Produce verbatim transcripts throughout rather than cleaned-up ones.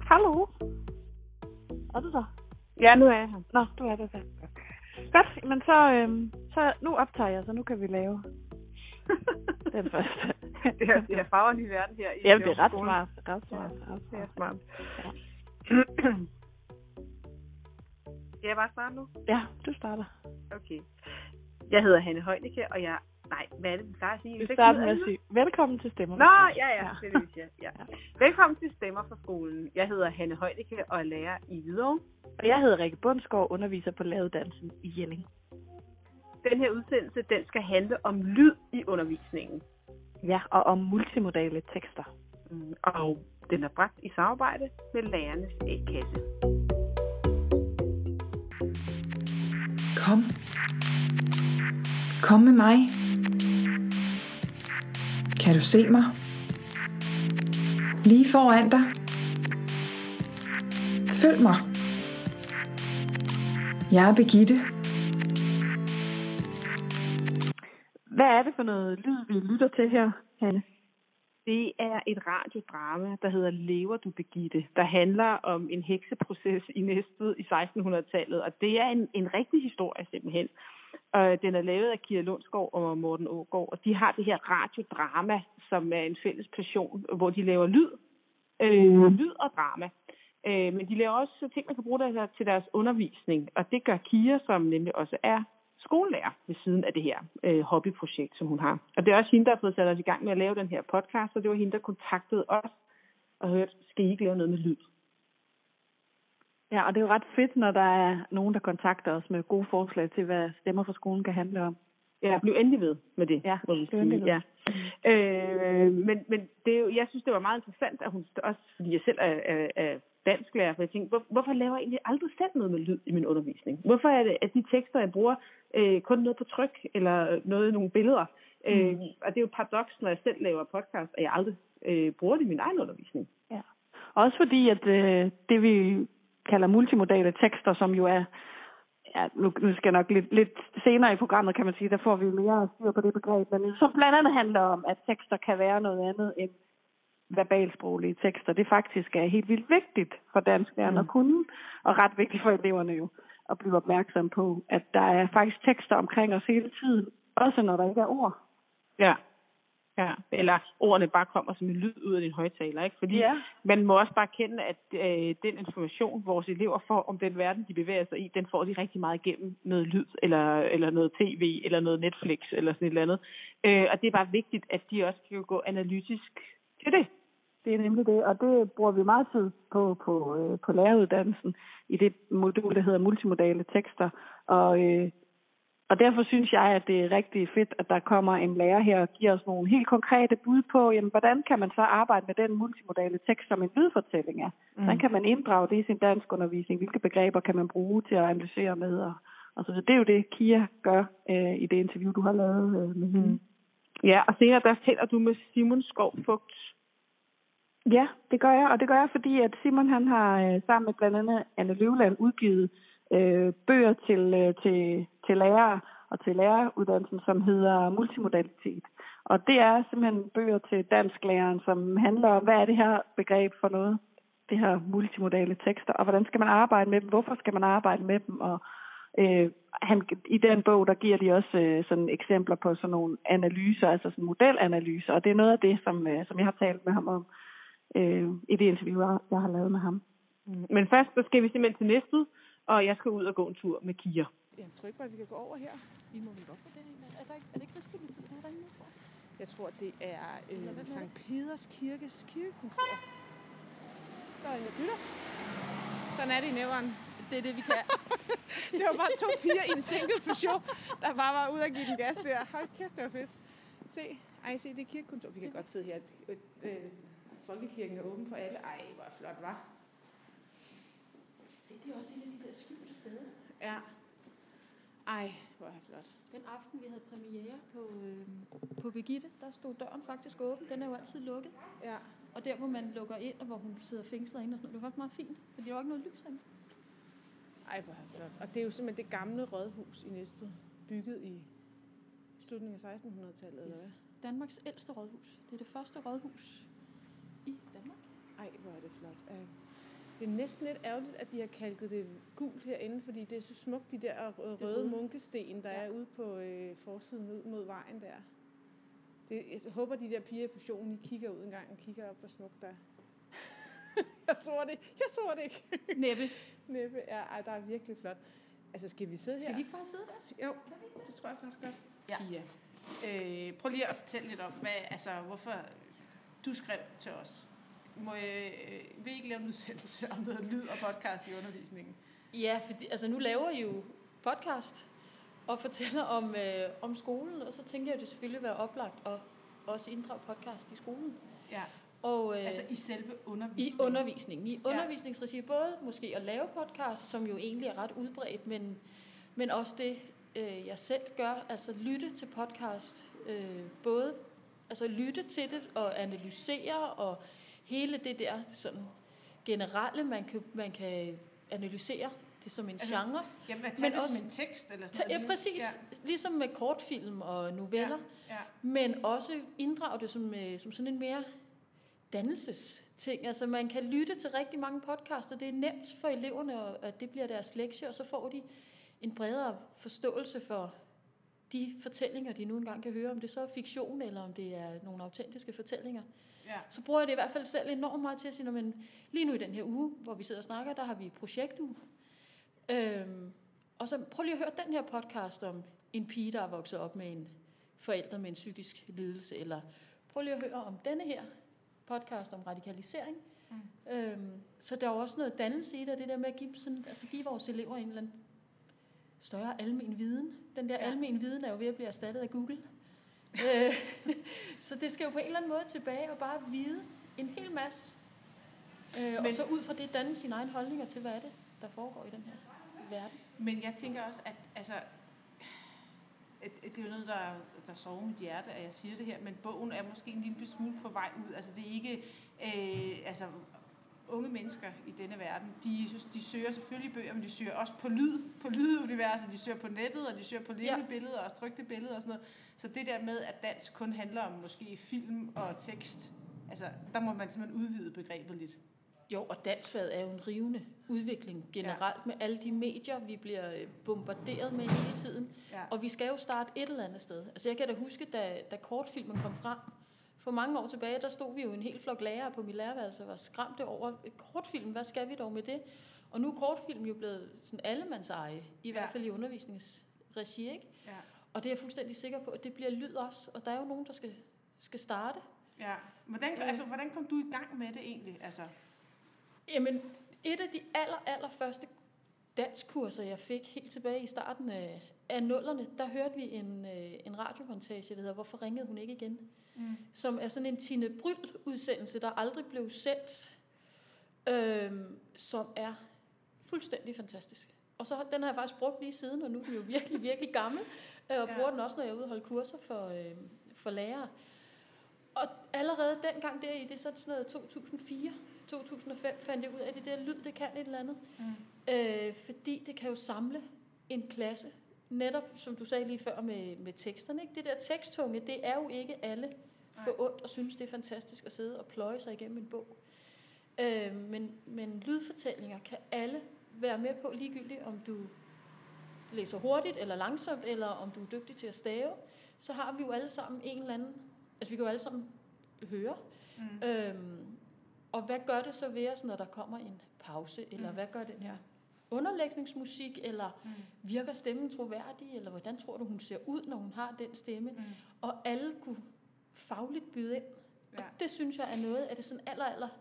Hallo? Er du der? Ja, nu er jeg her. Nå, du er der så. Godt, men så, øhm, så nu optager jeg, så nu kan vi lave den første. det er, det er farven i verden her. I ja, det er ret smart. Ret smart. Ja, ret smart. det er smart. Ja. Skal jeg bare starte nu? Ja, du starter. Okay. Jeg hedder Hanne Højnicke, og jeg... Nej, hvad er det, du plejer at sige? Du starter med at sige, velkommen til Stemmer. Nå, ja, ja, det er det, vi siger. Ja. Velkommen til Stemmer fra skolen. Jeg hedder Hanne Højnicke og er lærer i Hvidovre. Og jeg hedder Rikke Bundsgaard, underviser på læreruddannelsen i Jelling. Den her udsendelse, den skal handle om lyd i undervisningen. Ja, og om multimodale tekster. Mm, og den er bragt i samarbejde med Lærernes A-kasse. Kom. Kom med mig. Kan du se mig? Lige foran dig. Følg mig. Jeg er Birgitte. Hvad er det for noget lyd, vi lytter til her, Hanne? Det er et radiodrama, der hedder Lever du, Birgitte, der handler om en hekseproces i Næstved i sekstenhundredetallet, og det er en, en rigtig historie simpelthen. Og den er lavet af Kira Lundsgaard og Morten Aagaard, og de har det her radiodrama, som er en fælles passion, hvor de laver lyd, øh, lyd og drama. Øh, men de laver også ting, man kan bruge der til deres undervisning, og det gør Kira, som nemlig også er skolelærer ved siden af det her øh, hobbyprojekt, som hun har. Og det er også hende, der har fået sat os i gang med at lave den her podcast, og det var hende, der kontaktede os og hørte, skal I ikke lave noget med lyd? Ja, og det er jo ret fedt, når der er nogen, der kontakter os med gode forslag til, hvad Stemmer fra skolen kan handle om. Ja, bliv endelig ved med det. Ja, bliv endelig ved. Ja. Øh, men men det er jo, jeg synes, det var meget interessant, at hun også, fordi jeg selv er, er, er dansklærer, for jeg tænkte, hvor, hvorfor laver jeg egentlig aldrig selv noget med lyd i min undervisning? Hvorfor er det, at de tekster, jeg bruger, øh, kun noget på tryk, eller noget i nogle billeder? Mm. Øh, og det er jo et paradoks, når jeg selv laver podcast, at jeg aldrig øh, bruger det i min egen undervisning. Ja. Også fordi, at øh, det vi kalder multimodale tekster, som jo er, ja, nu, nu skal jeg nok lidt, lidt senere i programmet, kan man sige, der får vi jo mere styr på det begreb, men som blandt andet handler om, at tekster kan være noget andet end verbalsproglige tekster. Det faktisk er helt vildt vigtigt for dansklærerne mm. at kunne, og ret vigtigt for eleverne jo, at blive opmærksom på, at der er faktisk tekster omkring os hele tiden, også når der ikke er ord. Ja. Ja, eller ordene bare kommer som en lyd ud af din højtaler, ikke? Fordi ja. Man må også bare kende, at øh, den information, vores elever får om den verden, de bevæger sig i, den får de rigtig meget igennem noget lyd, eller, eller noget tv, eller noget Netflix, eller sådan et eller andet. Øh, og det er bare vigtigt, at de også kan gå analytisk til det. Det er nemlig det, og det bruger vi meget tid på på, øh, på læreruddannelsen, i det modul, der hedder multimodale tekster, og øh, Og derfor synes jeg, at det er rigtig fedt, at der kommer en lærer her og giver os nogle helt konkrete bud på, jamen, hvordan kan man så arbejde med den multimodale tekst, som en lydfortælling er. Mm. Hvordan kan man inddrage det i sin danskundervisning? Hvilke begreber kan man bruge til at analysere med? Og, og så det er jo det, Kira gør øh, i det interview, du har lavet øh, med hende. Mm. Ja, og senere der taler du med Simon Skov Fugt. Ja, det gør jeg, og det gør jeg, fordi at Simon han har øh, sammen med blandt andet Anne Løvland udgivet øh, bøger til, øh, til, til lærere og til læreruddannelsen, som hedder multimodalitet. Og det er simpelthen bøger til dansklæreren, som handler om, hvad er det her begreb for noget, det her multimodale tekster, og hvordan skal man arbejde med dem, hvorfor skal man arbejde med dem, og øh, han, i den bog, der giver de også øh, sådan eksempler på sådan nogle analyser, altså sådan modelanalyser, og det er noget af det, som, øh, som jeg har talt med ham om øh, i det interview, jeg har lavet med ham. Men først, så skal vi simpelthen til Næstved, og jeg skal ud og gå en tur med Kira. Jeg tror ikke, at vi kan gå over her. Vi må vel godt på det her. Er, der ikke, er det ikke Rigspolitiet, der er derinde, tror jeg? Jeg tror, det er øh, Sankt Peders Kirkes kirkekontor. Der er en, der bytter. Sådan er det i nævren. Det er det, vi kan. Det var bare to piger i en sænket Peugeot, der bare var ude og give den gas der. Hold kæft, det var fedt. Se, ej, se, det er kirkekontor. Vi kan godt sidde her. Øh, Folkekirken er åben for alle. Ej, hvor flot, var. Se, det er også en af de der skjulte steder. Ja. Ej, hvor er det flot. Den aften, vi havde premiere på, øh, på Birgitte, der stod døren faktisk åben. Den er jo altid lukket. Ja. Og der, hvor man lukker ind, og hvor hun sidder fængslet inde og sådan noget. Det var faktisk meget fint, for der var ikke noget lys herinde. Ej, hvor er det flot. Og det er jo simpelthen det gamle rådhus i Næstved, bygget i slutningen af sekstenhundredetallet, yes. Eller hvad? Danmarks ældste rådhus. Det er det første rådhus i Danmark. Ej, hvor er det flot. Uh, Det er næsten lidt ærgerligt, at de har kalket det gult herinde, fordi det er så smukt, de der røde røde. munkesten, der ja. er ude på øh, forsiden ud mod vejen der. Det, jeg håber, de der piger i portionen, I kigger ud en gang og kigger op, hvor smukt der er. jeg tror det Jeg tror det ikke. Næppe. Næppe, ja, ej, der er virkelig flot. Altså, skal vi sidde Skal her? vi ikke bare sidde der? Jo, det tror jeg faktisk godt. Ja. Pia, øh, prøv lige at fortælle lidt om, hvad, altså, hvorfor du skrev til os. Må jeg, øh, vil I ikke lave en udsendelse om noget lyd og podcast i undervisningen? Ja, fordi, altså nu laver I jo podcast og fortæller om, øh, om skolen, og så tænker jeg, at det selvfølgelig være oplagt at også inddrage podcast i skolen. Ja. Og, øh, altså i selve undervisningen? I undervisningen. I undervisningsregi, både måske at lave podcast, som jo egentlig er ret udbredt, men, men også det, øh, jeg selv gør, altså lytte til podcast. Øh, både altså lytte til det og analysere, og hele det der sådan generelle, man kan, man kan analysere det som en altså, genre. Jamen, at tage det også, som en tekst eller sådan noget? Ja, præcis. Ja. Ligesom med kortfilm og noveller. Ja. Ja. Men også inddrage det som, som sådan en mere dannelsesting. Altså man kan lytte til rigtig mange podcaster. Det er nemt for eleverne, at det bliver deres lektie, og så får de en bredere forståelse for de fortællinger, de nu engang kan høre, om det så er fiktion, eller om det er nogle autentiske fortællinger. Ja. Så bruger jeg det i hvert fald selv enormt meget til at sige, men lige nu i den her uge, hvor vi sidder og snakker, der har vi projektuge. Øhm, og så prøv lige at høre den her podcast om en pige, der er vokset op med en forælder med en psykisk lidelse, eller prøv lige at høre om denne her podcast om radikalisering. Mm. Øhm, så der er også noget dannelse i det, det der med at give, sådan, altså give vores elever en eller anden større almen viden. Den der ja. almen viden er jo ved at blive erstattet af Google. øh, så det skal jo på en eller anden måde tilbage og bare vide en hel masse. Øh, men, og så ud fra det danne sine egne holdninger til, hvad er det, der foregår i den her verden. Men jeg tænker også, at altså, det er jo noget, der, der sover mit hjerte, at jeg siger det her, men bogen er måske en lille smule på vej ud. Altså det er ikke, øh, altså unge mennesker i denne verden, de, de søger selvfølgelig bøger, men de søger også på lyd, på lyduniverset, de søger på nettet, og de søger på levende ja. billeder og trykte billeder og sådan noget. Så det der med, at dansk kun handler om måske film og tekst, altså der må man simpelthen udvide begrebet lidt. Jo, og danskfaget er jo en rivende udvikling generelt ja. med alle de medier, vi bliver bombarderet med hele tiden. Ja. Og vi skal jo starte et eller andet sted. Altså jeg kan da huske, da, da kortfilmen kom frem, for mange år tilbage, der stod vi jo en hel flok lærere på min lærerværelse og var skræmte over kortfilm. Hvad skal vi dog med det? Og nu er kortfilm jo blevet sådan allemandseje, i ja. hvert fald i undervisningsregi, ikke? Ja. Og det er jeg fuldstændig sikker på, at det bliver lyd også. Og der er jo nogen, der skal, skal starte. Ja. Hvordan, øh. altså, hvordan kom du i gang med det egentlig? Altså? Jamen, et af de aller, aller første danskkurser, jeg fik helt tilbage i starten af, af nullerne, der hørte vi en, en radiomontage, der hedder Hvorfor ringede hun ikke igen? Mm. Som er sådan en Tine Bryld-udsendelse, der aldrig blev sendt, øhm, som er fuldstændig fantastisk. Og så den har jeg faktisk brugt lige siden, og nu er den jo virkelig, virkelig gammel, og bruger ja. den også, når jeg er ude og holde kurser for, øh, for lærere. Og allerede dengang der i det er sådan noget to tusind og fire, to tusind og fem fandt jeg ud af, at det der lyd, det kan et eller andet. Mm. Øh, fordi det kan jo samle en klasse. Netop, som du sagde lige før med, med teksterne. Ikke? Det der teksttunge, det er jo ikke alle for ondt og synes, det er fantastisk at sidde og pløje sig igennem en bog. Øh, men, men lydfortællinger kan alle være med på, ligegyldigt om du læser hurtigt eller langsomt, eller om du er dygtig til at stave. Så har vi jo alle sammen en eller anden, altså vi kan jo alle sammen høre. Mm. Øhm, og hvad gør det så ved os, når der kommer en pause, eller mm. hvad gør den her underlægningsmusik, eller mm. virker stemmen troværdig, eller hvordan tror du, hun ser ud, når hun har den stemme? Mm. Og alle kunne fagligt byde ind. Ja. Og det synes jeg er noget af det sådan aller, aller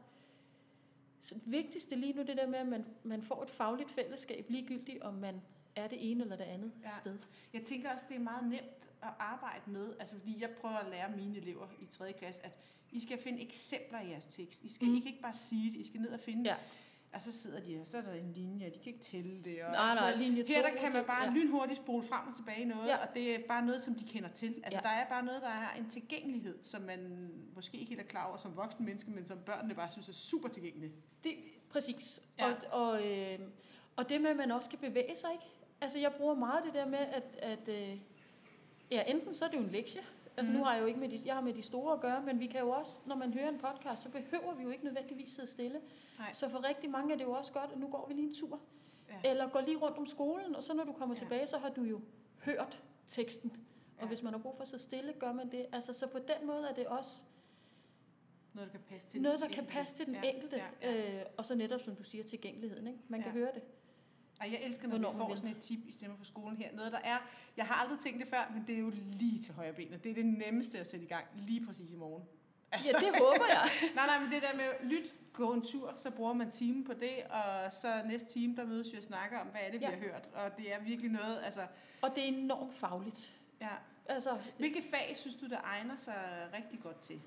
sådan vigtigste lige nu, det der med, at man, man får et fagligt fællesskab, ligegyldigt om man er det ene eller det andet ja. sted. Jeg tænker også, det er meget nemt at arbejde med, altså fordi jeg prøver at lære mine elever i tredje klasse, at I skal finde eksempler i jeres tekst. I skal mm. ikke bare sige det, I skal ned og finde ja. det. Og så sidder de, og så er der en linje, og de kan ikke tælle det. Og nej, nej, linje her der kan man bare ja. lynhurtigt spole frem og tilbage i noget, ja. og det er bare noget, som de kender til. Altså ja. der er bare noget, der er en tilgængelighed, som man måske ikke helt er klar over som voksne mennesker, men som børnene bare synes er super tilgængelige. Det præcis. Ja. Og, og, øh, og det med, at man også kan bevæge sig, ikke? Altså jeg bruger meget det der med, at, at øh, ja, enten så er det jo en lektie, Altså Mhm. nu har jeg jo ikke med de, jeg har med de store at gøre, men vi kan jo også, når man hører en podcast, så behøver vi jo ikke nødvendigvis sidde stille. Nej. Så for rigtig mange er det jo også godt, at nu går vi lige en tur. Ja. Eller går lige rundt om skolen, og så når du kommer Ja. tilbage, så har du jo hørt teksten. Og Ja. hvis man har brug for at sidde stille, gør man det. Altså så på den måde er det også Noget, der kan passe til noget, den der kan enkelte. passe til den Ja, enkelte. ja, ja. Øh, og så netop, som du siger, tilgængeligheden. Ikke? Man kan Ja. høre det. Ej, jeg elsker, når Hvornår vi man får vil. sådan et tip i Stemmer for skolen her. Noget, der er... Jeg har aldrig tænkt det før, men det er jo lige til højre benet. Det er det nemmeste at sætte i gang lige præcis i morgen. Altså, Ja, det håber jeg. nej, nej, men det der med lyt, gå en tur, så bruger man timen på det, og så næste time, der mødes vi og snakker om, hvad er det, vi Ja. har hørt. Og det er virkelig noget, altså... Og det er enormt fagligt. Ja. Altså, Hvilke fag synes du, der egner sig rigtig godt til?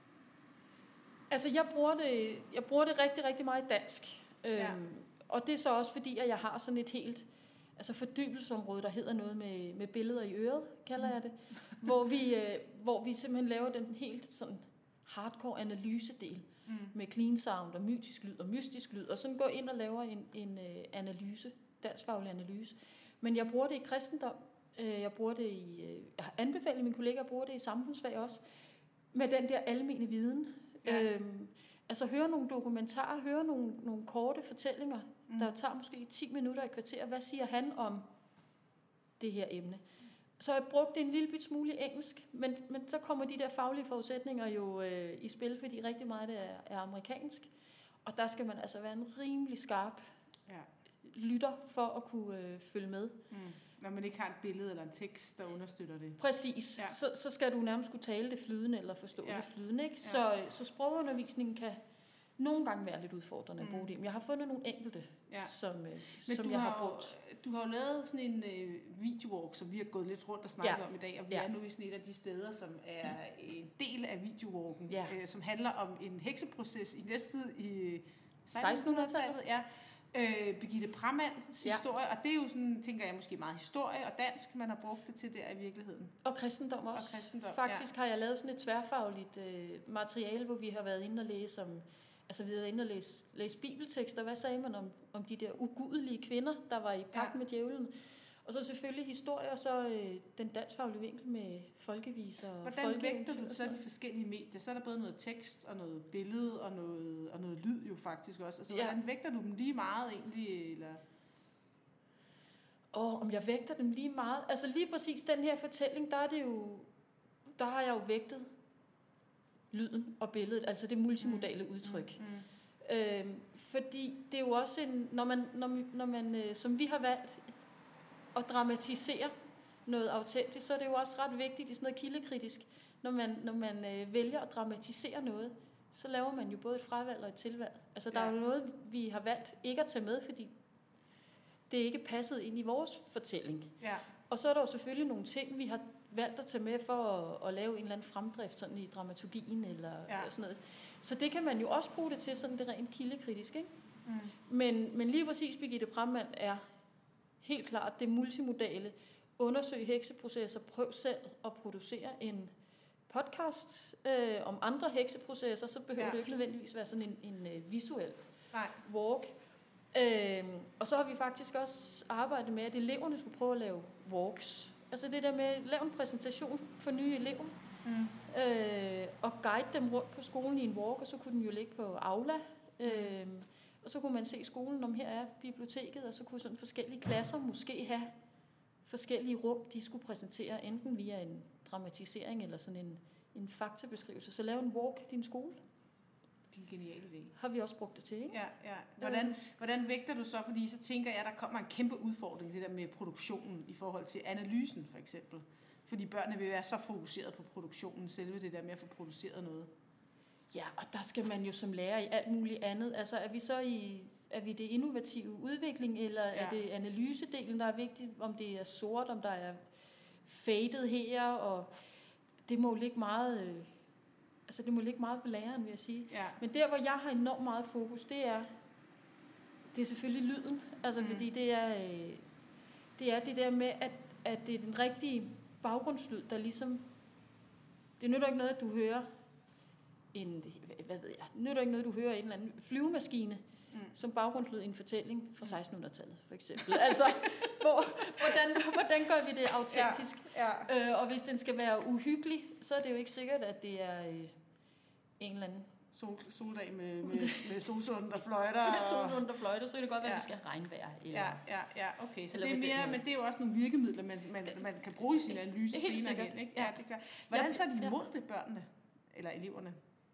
altså jeg, bruger det, jeg bruger det rigtig, rigtig meget i dansk. Ja. Øhm, og det er så også fordi, at jeg har sådan et helt altså fordybelsesområde, der hedder noget med, med billeder i øret, kalder jeg det. hvor, vi, øh, hvor vi simpelthen laver den helt sådan hardcore analysedel Mm. med clean sound og mytisk lyd og mystisk lyd, og sådan går ind og laver en, en øh, analyse, danskfaglig analyse. Men jeg bruger det i kristendom, øh, jeg bruger det i, øh, jeg har anbefalet mine kollegaer at bruge det i samfundsfag også, med den der almene viden. Ja. Øhm, altså høre nogle dokumentarer, høre nogle, nogle korte fortællinger, Mm. der tager måske ti minutter i kvarter. Hvad siger han om det her emne? Så har jeg brugt det en lille bit smule i engelsk, men, men så kommer de der faglige forudsætninger jo øh, i spil, fordi rigtig meget af det er, er amerikansk. Og der skal man altså være en rimelig skarp Ja. lytter for at kunne øh, følge med. Mm. Når man ikke har et billede eller en tekst, der understøtter det. Præcis. Ja. Ja. Så, så skal du nærmest kunne tale det flydende eller forstå Ja. det flydende. Ikke? Ja. Så, så sprogundervisningen kan nogle gange være lidt udfordrende Mm. at bruge det. Men jeg har fundet nogle enkelte, Ja. som, øh, Men som du jeg har, har brugt. Jo, du har jo lavet sådan en øh, videowalk, som vi har gået lidt rundt og snakket Ja. om i dag, og vi Ja. er nu i sådan et af de steder, som er en del af videowalken, Ja. øh, som handler om en hekseproces i næsttid i sekstenhundredetallet. Ja. Øh, Birgitte Brammands Ja. historie, og det er jo sådan, tænker jeg, måske meget historie og dansk, man har brugt det til der i virkeligheden. Og kristendom også. Og kristendom, Faktisk har jeg lavet sådan et tværfagligt øh, materiale, hvor vi har været inde og læse om, altså vi har været inde og læse, læse bibeltekster. Hvad sagde man om, om de der ugudelige kvinder, der var i pagt Ja. med djævlen? Og så selvfølgelig historie, og så øh, den danskfaglige vinkel med folkeviser og Hvordan folkeeventyr vægter du og så sådan de noget. forskellige medier? Så er der både noget tekst og noget billede og noget, og noget lyd jo faktisk også. Altså, Ja. hvordan vægter du dem lige meget egentlig? Eller? Åh, om jeg vægter dem lige meget? Altså lige præcis den her fortælling, der er det jo, der har jeg jo vægtet lyden og billedet, altså det multimodale mm. udtryk. Mm. Øhm, fordi det er jo også en, når man, når, man- når man øh, som vi har valgt at dramatisere noget autentisk, så er det jo også ret vigtigt i sådan noget kildekritisk, når man, når man øh, vælger at dramatisere noget, så laver man jo både et fravalg og et tilvalg. Altså der Ja. er jo noget, vi har valgt ikke at tage med, fordi det ikke passede ind i vores fortælling. Ja. Og så er der jo selvfølgelig nogle ting, vi har valgt at tage med for at, at lave en eller anden fremdrift sådan i dramaturgien eller Ja. sådan noget. Så det kan man jo også bruge det til, sådan det rent kildekritisk, ikke? Mm. Men, men lige præcis Birgitte Brammand er helt klart det multimodale. Undersøg hekseprocesser, prøv selv at producere en podcast øh, om andre hekseprocesser, så behøver Ja. det jo ikke nødvendigvis være sådan en, en øh, visuel Nej. walk. Øhm, og så har vi faktisk også arbejdet med, at eleverne skulle prøve at lave walks. Altså det der med at lave en præsentation for nye elever, Mm. øh, og guide dem rundt på skolen i en walk, og så kunne den jo ligge på Aula. Øh, og så kunne man se skolen, om her er biblioteket, og så kunne sådan forskellige klasser måske have forskellige rum, de skulle præsentere, enten via en dramatisering eller sådan en, en faktabeskrivelse. Så lave en walk i din skole, Det er en genial idé. har vi også brugt det til, ikke? Ja, ja. Hvordan, hvordan vægter du så? Fordi så tænker jeg, der kommer en kæmpe udfordring, det der med produktionen i forhold til analysen for eksempel. Fordi børnene vil være så fokuseret på produktionen, selve det der med at få produceret noget. Ja, og der skal man jo som lærer i alt muligt andet. Altså er vi så i, er vi det innovative udvikling, eller ja. er det analysedelen, der er vigtigt, om det er sort, om der er faded her, og det må jo ligge meget, øh, altså det må ligge meget på læreren, vil jeg sige. Ja. Men der, hvor jeg har enormt meget fokus, det er, det er selvfølgelig lyden. Altså, Mm. mm. fordi det er, øh, det er det der med, at, at det er den rigtige baggrundslyd, der ligesom, det nytter ikke noget, at du hører en, hvad ved jeg, det nytter ikke noget, du hører en eller anden flyvemaskine mm. som baggrundslyd i en fortælling fra sekstenhundredetallet, for eksempel. Altså, hvor, hvordan, hvordan gør vi det autentisk? Ja, ja. Øh, og hvis den skal være uhyggelig, så er det jo ikke sikkert, at det er øh, en eller anden Sol, soldag med, med, med solsunden, der fløjter. Med solsunden, der fløjter, så kan det godt være, ja. at vi skal have regnvejr. Eller, ja, ja, ja, okay. Så eller det er mere, men det er jo også nogle virkemidler, man, man, man kan bruge i sin analyse senere sikkert. hen, ikke? Ja. Ja, det er klart. Hvordan Ja, tager de ja. imod det, børnene? Eller eleverne?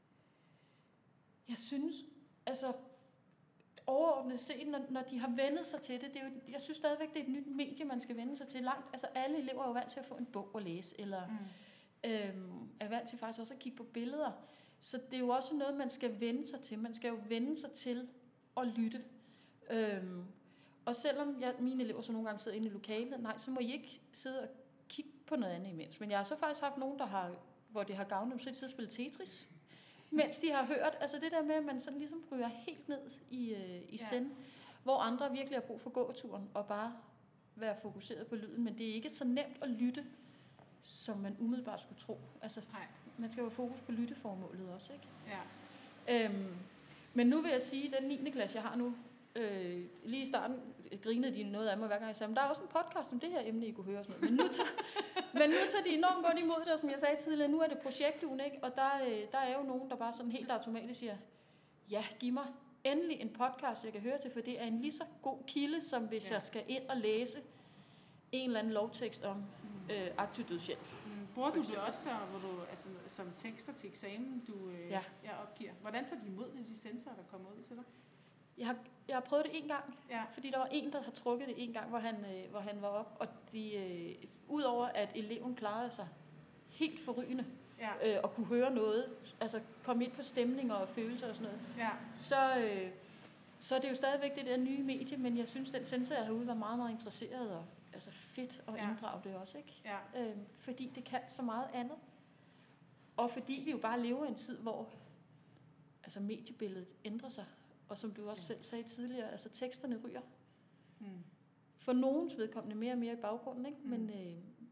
Jeg synes, altså overordnet set, når, når de har vendet sig til det, det er jo, jeg synes stadigvæk, det er et nyt medie, man skal vende sig til langt. Altså alle elever er jo vant til at få en bog at læse, eller mm. øhm, er vant til faktisk også at kigge på billeder. Så det er jo også noget, man skal vende sig til. Man skal jo vende sig til at lytte. Øhm, og selvom jeg, mine elever så nogle gange sidder inde i lokalet, nej, så må I ikke sidde og kigge på noget andet imens. Men jeg har så faktisk haft nogen, der har, hvor det har gavnet dem, så de sidder og spiller Tetris, mens de har hørt. Altså det der med, at man sådan ligesom ryger helt ned i, øh, i Ja. send, hvor andre virkelig har brug for gåturen og bare være fokuseret på lyden. Men det er ikke så nemt at lytte, som man umiddelbart skulle tro. Altså, Nej. man skal jo have fokus på lytteformålet også, ikke? Ja. Øhm, men nu vil jeg sige, at den niende klasse, jeg har nu, øh, lige i starten grinede de noget af mig, hver gang jeg sagde, men der er også en podcast om det her emne, I kunne høre og sådan noget. Men nu tager, men nu tager de enormt godt imod det, og som jeg sagde tidligere, nu er det projektugen, ikke? Og der, øh, der er jo nogen, der bare sådan helt automatisk siger, ja, giv mig endelig en podcast, jeg kan høre til, for det er en lige så god kilde, som hvis ja. jeg skal ind og læse en eller anden lovtekst om øh, aktiv dødshjælp. Mm, bruger du det også, så, hvor du, altså, som tekster til eksamen, du øh, Ja. jeg opgiver? Hvordan tager de imod det, de sensorer, der kommer ud til dig? Jeg har, jeg har prøvet det en gang, Ja. fordi der var en, der har trukket det en gang, hvor han, øh, hvor han var op, og de, øh, udover at eleven klarede sig helt forrygende, Ja. øh, og kunne høre noget, altså komme ind på stemninger og følelser og sådan noget, Ja. så, øh, så er det jo stadigvæk det der nye medie, men jeg synes, den sensor, jeg herude, var meget, meget interesseret, og altså fedt at Ja. inddrage det også, ikke? Ja. Øh, fordi det kan så meget andet. Og fordi vi jo bare lever i en tid, hvor altså mediebilledet ændrer sig, og som du også selv sagde tidligere, altså teksterne ryger. Mm. For nogens vedkommende mere og mere i baggrunden, ikke? Mm. Men øh,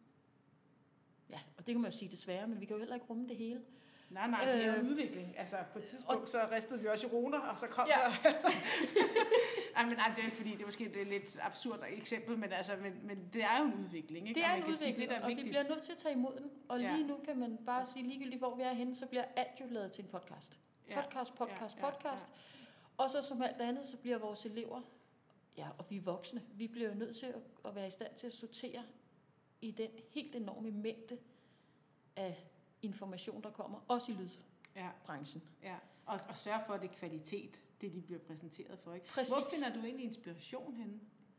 ja, og det kan man jo sige desværre, men vi kan jo heller ikke rumme det hele. Nej, nej, det er jo en Øh, udvikling. Altså, på et tidspunkt, så ristede vi også i runer, og så kom Ja. der... Ej, men nej, det er ikke fordi, det er måske et lidt absurd eksempel, men, altså, men, men det er jo en udvikling, ikke? Det Og er man en kan sige, udvikling, det, der er og vi vigtigt. bliver nødt til at tage imod den. Og Ja. lige nu kan man bare sige, ligegyldigt hvor vi er henne, så bliver alt jo lavet til en podcast. Ja. Podcast, podcast, Ja, ja, podcast. Og så som alt andet, så bliver vores elever, ja, og vi voksne, vi bliver jo nødt til at, at være i stand til at sortere i den helt enorme mængde af information, der kommer, også i Ja, lydbranchen. ja. Og, og sørge for, at det er kvalitet, det de bliver præsenteret for, ikke? Præcis. Hvor finder du egentlig inspiration henne?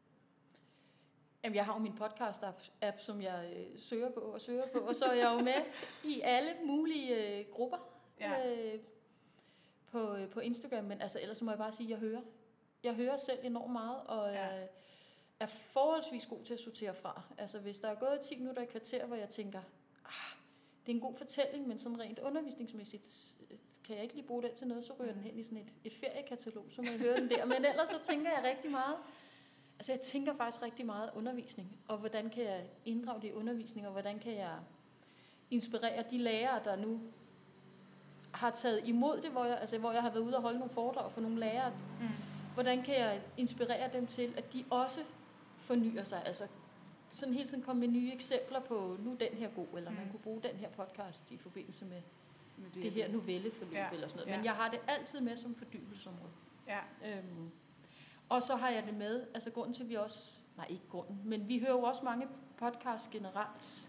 Jamen, jeg har jo min podcast-app, som jeg øh, søger på og søger på, og så er jeg jo med i alle mulige øh, grupper Ja. øh, på, øh, på Instagram, men altså, ellers så må jeg bare sige, at jeg hører. Jeg hører selv enormt meget, og Ja. øh, er forholdsvis god til at sortere fra. Altså, hvis der er gået ti minutter i kvarter, hvor jeg tænker, ah, det er en god fortælling, men sådan rent undervisningsmæssigt øh, kan jeg ikke lige bruge den til noget, så ryger den hen i sådan et, et feriekatalog, så må jeg høre den der. Men ellers så tænker jeg rigtig meget. Altså jeg tænker faktisk rigtig meget undervisning, og hvordan kan jeg inddrage det i undervisning, og hvordan kan jeg inspirere de lærere, der nu har taget imod det, hvor jeg, altså, hvor jeg har været ude og holde nogle foredrag for nogle lærere. Mm. Hvordan kan jeg inspirere dem til, at de også fornyer sig, altså sådan hele tiden komme med nye eksempler på, nu er den her god, eller mm. man kunne bruge den her podcast i forbindelse med Men det, det her novelleforløb, Ja. eller sådan noget. Ja. Men jeg har det altid med som fordybelsesområde. Ja. Øhm, og så har jeg det med, altså grunden til, at vi også, nej ikke grunden, men vi hører jo også mange podcasts generelt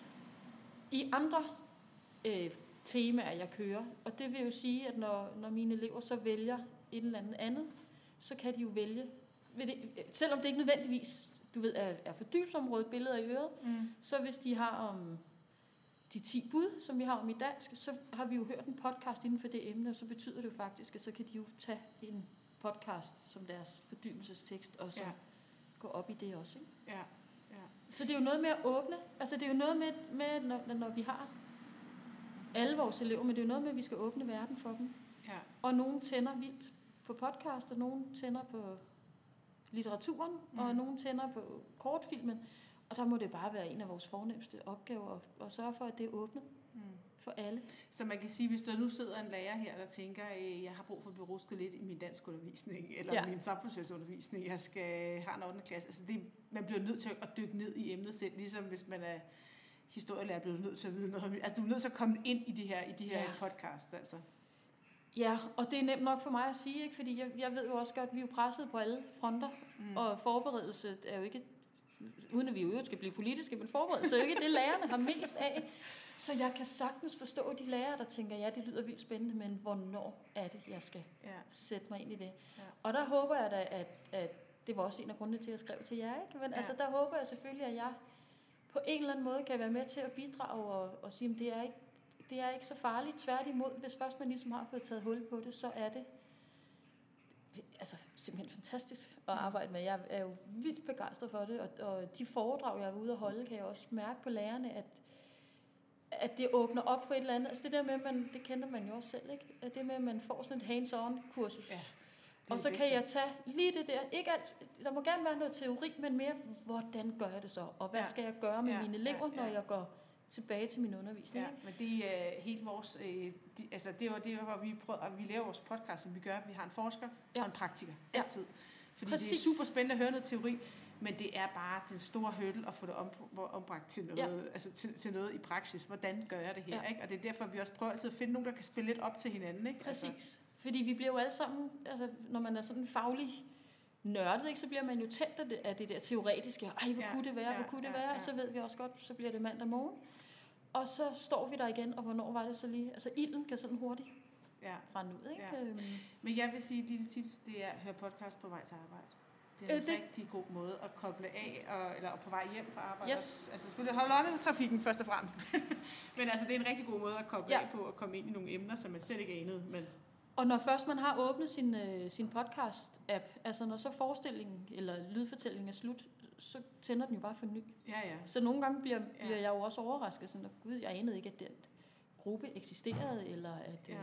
i andre øh, temaer, jeg kører. Og det vil jo sige, at når, når mine elever så vælger et eller andet andet, så kan de jo vælge, ved det, selvom det ikke nødvendigvis, du ved, er, er fordybelsesområdet, billeder i øret, Mm. så hvis de har om de ti bud, som vi har om i dansk, så har vi jo hørt en podcast inden for det emne, og så betyder det jo faktisk, at så kan de jo tage en podcast som deres fordybelsestekst, og så Ja. gå op i det også. Ikke? Ja. Ja. Så det er jo noget med at åbne, altså det er jo noget med, med når, når vi har alle vores elever, men det er jo noget med, at vi skal åbne verden for dem. Ja. Og nogen tænder vildt på podcast, og nogen tænder på litteraturen, mm. og nogen tænder på kortfilmen. Og der må det bare være en af vores fornemmeste opgaver at, at sørge for, at det er åbnet. mm. for alle. Så man kan sige, hvis der nu sidder en lærer her, der tænker, at jeg har brug for at blive rusket lidt i min danskundervisning, eller ja. min samfundsfagsundervisning, jeg skal have en ottende klasse. Altså det, man bliver nødt til at dykke ned i emnet selv, ligesom hvis man er historielærer, bliver nødt til at vide noget. Altså du er nødt til at komme ind i de her, i de her ja. podcasts, altså. Ja, og det er nemt nok for mig at sige, ikke? Fordi jeg, jeg ved jo også godt, at vi er jo presset på alle fronter, mm. og forberedelse er jo ikke, uden at vi jo skal blive politiske, men forberedelse er jo ikke det, lærerne har mest af. Så jeg kan sagtens forstå de lærere, der tænker, ja, det lyder vildt spændende, men hvornår er det, jeg skal ja. sætte mig ind i det? Ja. Og der håber jeg da, at, at det var også en af grundene til, at jeg skrev til jer, ikke? Men ja. altså, der håber jeg selvfølgelig, at jeg på en eller anden måde kan være med til at bidrage og, og sige, at det er ikke Det er ikke så farligt. Tværtimod, hvis først man ligesom har fået taget hul på det, så er det, det altså simpelthen fantastisk at arbejde med. Jeg er jo vildt begejstret for det, og, og de foredrag, jeg er ude at holde, kan jeg også mærke på lærerne, at, at det åbner op for et eller andet. Altså det der med, at man, det kender man jo også selv, ikke? At det med, at man får sådan et hands-on-kursus. Ja, og så kan jeg tage lige det der. Ikke alt, der må gerne være noget teori, men mere, hvordan gør jeg det så? Og hvad ja. skal jeg gøre med ja, mine elever, ja, ja. når jeg går tilbage til min undervisning. Ja, men det er uh, helt vores, uh, de, altså det var det, hvor vi prøver, vi laver vores podcast, som vi gør. Vi har en forsker ja. og en praktiker, altid. Ja. Fordi Præcis. det er super spændende at høre noget teori, men det er bare den store hurdle at få det om, ombragt til noget, ja. altså til, til noget i praksis. Hvordan gør jeg det her? Ja. Ikke? Og det er derfor, vi også prøver altid at finde nogen, der kan spille lidt op til hinanden. Ikke? Præcis. Altså. Fordi vi bliver jo alle sammen, altså når man er sådan faglig nørdet, ikke, så bliver man jo tændt af det, af det der teoretiske. Ej, hvor ja. kunne det være? Ja. Hvor kunne det ja. være? Ja. Så ved vi også godt, så bliver det mandag morgen. Og så står vi der igen, og hvornår var det så lige? Altså, ilden kan sådan hurtigt ja. rende ud, ikke? Ja. Øhm. Men jeg vil sige, at dit tips, det er at høre podcast på vej til arbejde. Det er en øh, det... rigtig god måde at koble af, og, eller på vej hjem fra arbejde. Yes. Altså selvfølgelig holde øje med trafikken først og fremmest. Men altså, det er en rigtig god måde at koble ja. af på, og komme ind i nogle emner, som man slet ikke anede. Men... Og når først man har åbnet sin, øh, sin podcast-app, altså når så forestillingen eller lydfortællingen er slut, så tænder den jo bare for ny. Ja, ja. Så nogle gange bliver, bliver ja. jeg jo også overrasket, sådan, at gud, jeg anede ikke, at den gruppe eksisterede, eller at... Ja. Øh,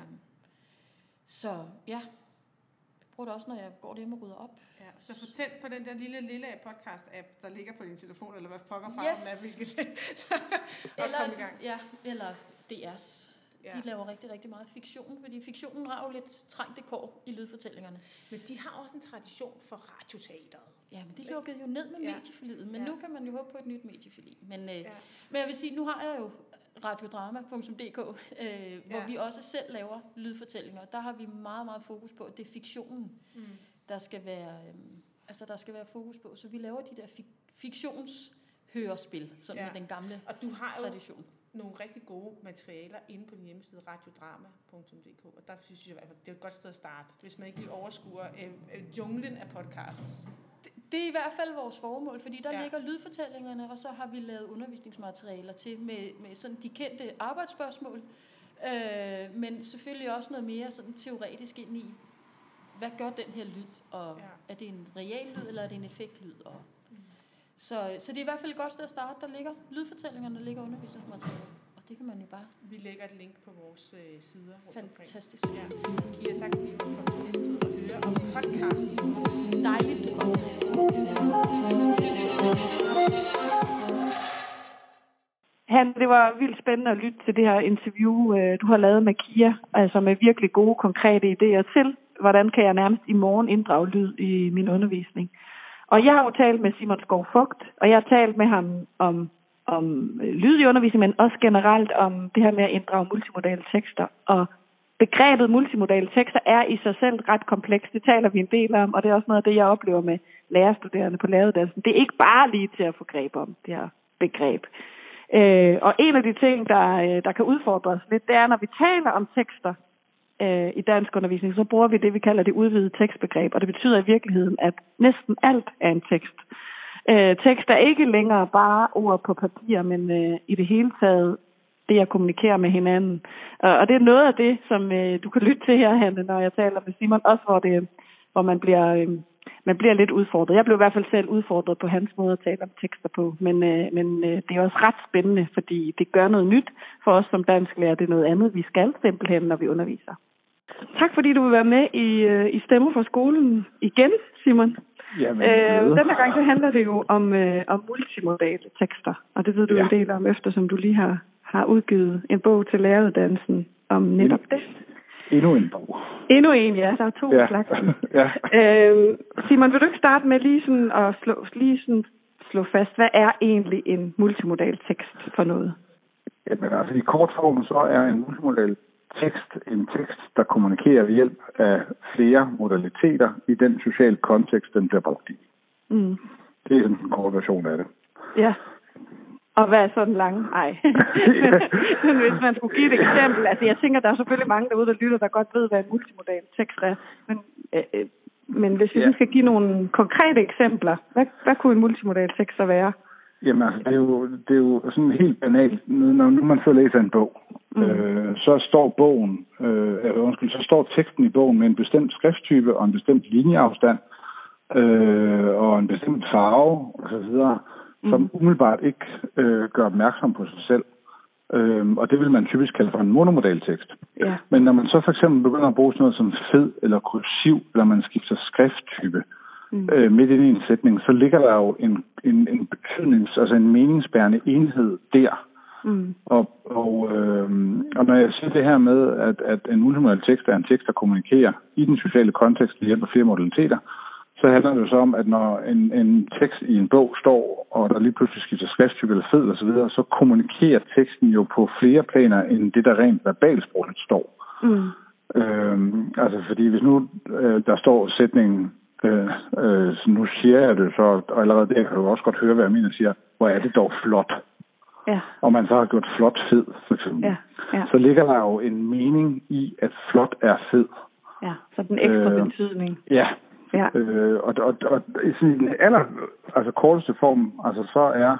så ja, jeg bruger det også, når jeg går hjem og rydder op. Ja, så fortæl på den der lille, lille podcast-app, der ligger på din telefon, eller hvad pokker farven yes. er, hvilket eller, komme i gang. Ja, eller D R's. Ja. De laver rigtig, rigtig meget fiktion, fordi fiktionen har jo lidt trængte kår i lydfortællingerne. Men de har også en tradition for radioteateret. Ja, men det lukkede jo ned med ja. medieforliget, men ja. nu kan man jo håbe på et nyt medieforlig. Men, øh, ja. men jeg vil sige, nu har jeg jo radiodrama punktum d k, øh, ja. hvor vi også selv laver lydfortællinger. Der har vi meget, meget fokus på, at det er fiktionen, mm. der skal være, øh, altså der skal være fokus på. Så vi laver de der fik- fiktionshørespil, sådan ja. med den gamle og du har tradition. Jo nogle rigtig gode materialer inde på din hjemmeside radiodrama punktum d k, og der synes jeg, at det er et godt sted at starte, hvis man ikke lige overskuer øh, junglen af podcasts. Det, det er i hvert fald vores formål, fordi der ja. ligger lydfortællingerne, og så har vi lavet undervisningsmaterialer til med, med sådan de kendte arbejdsspørgsmål, øh, men selvfølgelig også noget mere sådan teoretisk ind i, hvad gør den her lyd, og ja. er det en real lyd, eller er det en effektlyd, og Så, så det er i hvert fald et godt sted at starte. Der ligger lydfortællingerne, der ligger undervisningsmaterialer. Og det kan man jo bare... Vi lægger et link på vores øh, sider. Fantastisk. Ja. Kira, tak fordi du kom til næste ud og høre om podcast. Dejligt, du kom. Han, det var vildt spændende at lytte til det her interview, du har lavet med Kira. Altså med virkelig gode, konkrete idéer til, hvordan kan jeg nærmest i morgen inddrage lyd i min undervisning. Og jeg har jo talt med Simon Skov Vogt, og jeg har talt med ham om, om lyd i undervisning, men også generelt om det her med at inddrage multimodale tekster. Og begrebet multimodale tekster er i sig selv ret komplekst. Det taler vi en del om, og det er også noget af det, jeg oplever med lærerstuderende på læreruddannelsen. Det er ikke bare lige til at få greb om, det her begreb. Øh, og en af de ting, der, der kan udfordres lidt, det er, når vi taler om tekster, i dansk undervisning, så bruger vi det, vi kalder det udvidede tekstbegreb, og det betyder i virkeligheden, at næsten alt er en tekst. Øh, tekst er ikke længere bare ord på papir, men øh, i det hele taget det at kommunikere med hinanden. Øh, og det er noget af det, som øh, du kan lytte til her, Hanne, når jeg taler med Simon, også hvor, det, hvor man, bliver, øh, man bliver lidt udfordret. Jeg blev i hvert fald selv udfordret på hans måde at tale om tekster på, men, øh, men øh, det er også ret spændende, fordi det gør noget nyt for os som dansklærer. Det er noget andet, vi skal simpelthen, når vi underviser. Tak fordi du vil være med i, i Stemmer fra skolen igen, Simon. Jamen, øh, denne gang så handler det jo om, øh, om multimodale tekster, og det ved du ja. en del om, eftersom du lige har, har udgivet en bog til læreruddannelsen om netop det. Endnu en bog. Endnu en, ja. Der er to ja. slags. ja. øh, Simon, vil du ikke starte med lige sådan at slå, lige sådan slå fast, hvad er egentlig en multimodal tekst for noget? Jamen altså i kort form, så er en multimodal tekst en tekst, der kommunikerer ved hjælp af flere modaliteter i den sociale kontekst, den bliver brugt i. Mm. Det er sådan en kort version af det. Ja. Og hvad er så den lange? Nej. Hvis man skulle give et eksempel. Altså, jeg tænker, der er selvfølgelig mange derude, der lytter, der godt ved, hvad en multimodal tekst er. Men, øh, men hvis vi ja. skal give nogle konkrete eksempler, hvad, hvad kunne en multimodal tekst så være? Jamen altså, det er jo, det er jo sådan helt banalt. Når nu man så læser en bog, mm. øh, så står bogen, øh, undskyld, så står teksten i bogen med en bestemt skrifttype og en bestemt linjeafstand øh, og en bestemt farve osv., som mm. umiddelbart ikke øh, gør opmærksom på sig selv. Øhm, og det vil man typisk kalde for en monomodal tekst. Ja. Men når man så for eksempel begynder at bruge sådan noget som fed eller kursiv, eller man skifter skrifttype mm. øh, midt ind i en sætning, så ligger der jo en, en, en betydnings, altså en meningsbærende enhed der. Mm. Og, og, øh, og når jeg siger det her med, at, at en multimodal tekst er en tekst, der kommunikerer i den sociale kontekst ved hjælp af flere modaliteter, så handler det jo så om, at når en, en tekst i en bog står, og der lige pludselig skifter skrifttype eller fed og så videre, så kommunikerer teksten jo på flere planer, end det, der rent verbalsprogligt står. Mm. Øhm, altså, fordi hvis nu øh, der står sætningen, øh, øh, så nu siger jeg det så, og allerede der kan du også godt høre, hvad jeg mener, siger, hvor er det dog flot. Ja. Og man så har gjort flot fed, for eksempel. Ja. Ja. Så ligger der jo en mening i, at flot er fed. Ja, så den ekstra øh, betydning. Ja. Ja. Øh, og, og, og i den aller altså korteste form, altså så er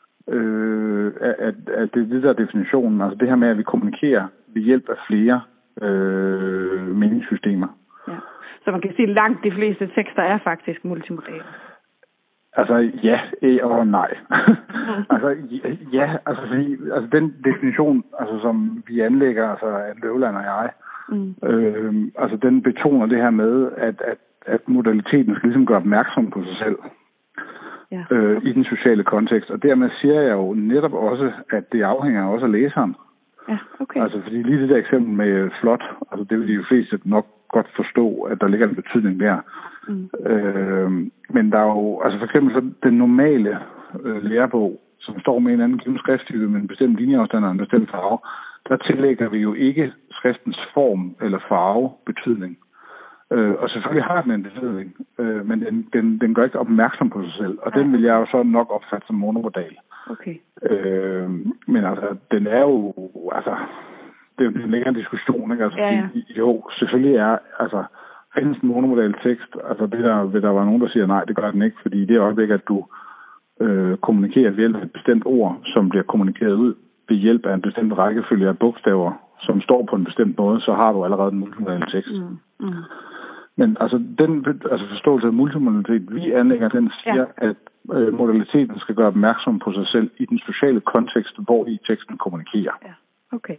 øh, at, at det, det der definitionen, altså det her med, at vi kommunikerer ved hjælp af flere øh, meningssystemer. Ja. Så man kan sige, at langt de fleste tekster er faktisk multimodale. Altså ja og nej. altså ja, altså fordi altså den definition, altså som vi anlægger, altså Anne Løvland og jeg, mm. øh, altså den betoner det her med, at, at at modaliteten skal ligesom gøre opmærksom på sig selv ja. øh, i den sociale kontekst. Og dermed siger jeg jo netop også, at det afhænger også af læseren. Ja, okay. Altså, fordi lige det der eksempel med flot, altså det vil de jo fleste nok godt forstå, at der ligger en betydning der. Mm. Øh, men der er jo, altså for eksempel så den normale øh, lærebog, som står med en anden given skrifttype med en bestemt linjeafstand og en bestemt farve, der tillægger vi jo ikke skriftens form eller farve betydning. Øh, og selvfølgelig har den en betydning, øh, men den, den, den gør ikke opmærksom på sig selv, og den vil jeg jo så nok opfatte som monomodal. Okay. Øh, men altså, den er jo, altså, det er jo en længere diskussion, ikke? Altså, ja, ja. Jo, selvfølgelig er, altså, findes en monomodal tekst, altså det der, vil der være nogen, der siger, nej, det gør den ikke, fordi det er også ikke, at du øh, kommunikerer ved hjælp af et bestemt ord, som bliver kommunikeret ud ved hjælp af en bestemt rækkefølge af bogstaver, som står på en bestemt måde, så har du allerede en multimodal tekst. Mm. Mm. Men altså den altså forståelse af multimodalitet, vi anlægger, den siger, ja. at øh, modaliteten skal gøre opmærksom på sig selv i den sociale kontekst, hvor i teksten kommunikerer. Ja, okay.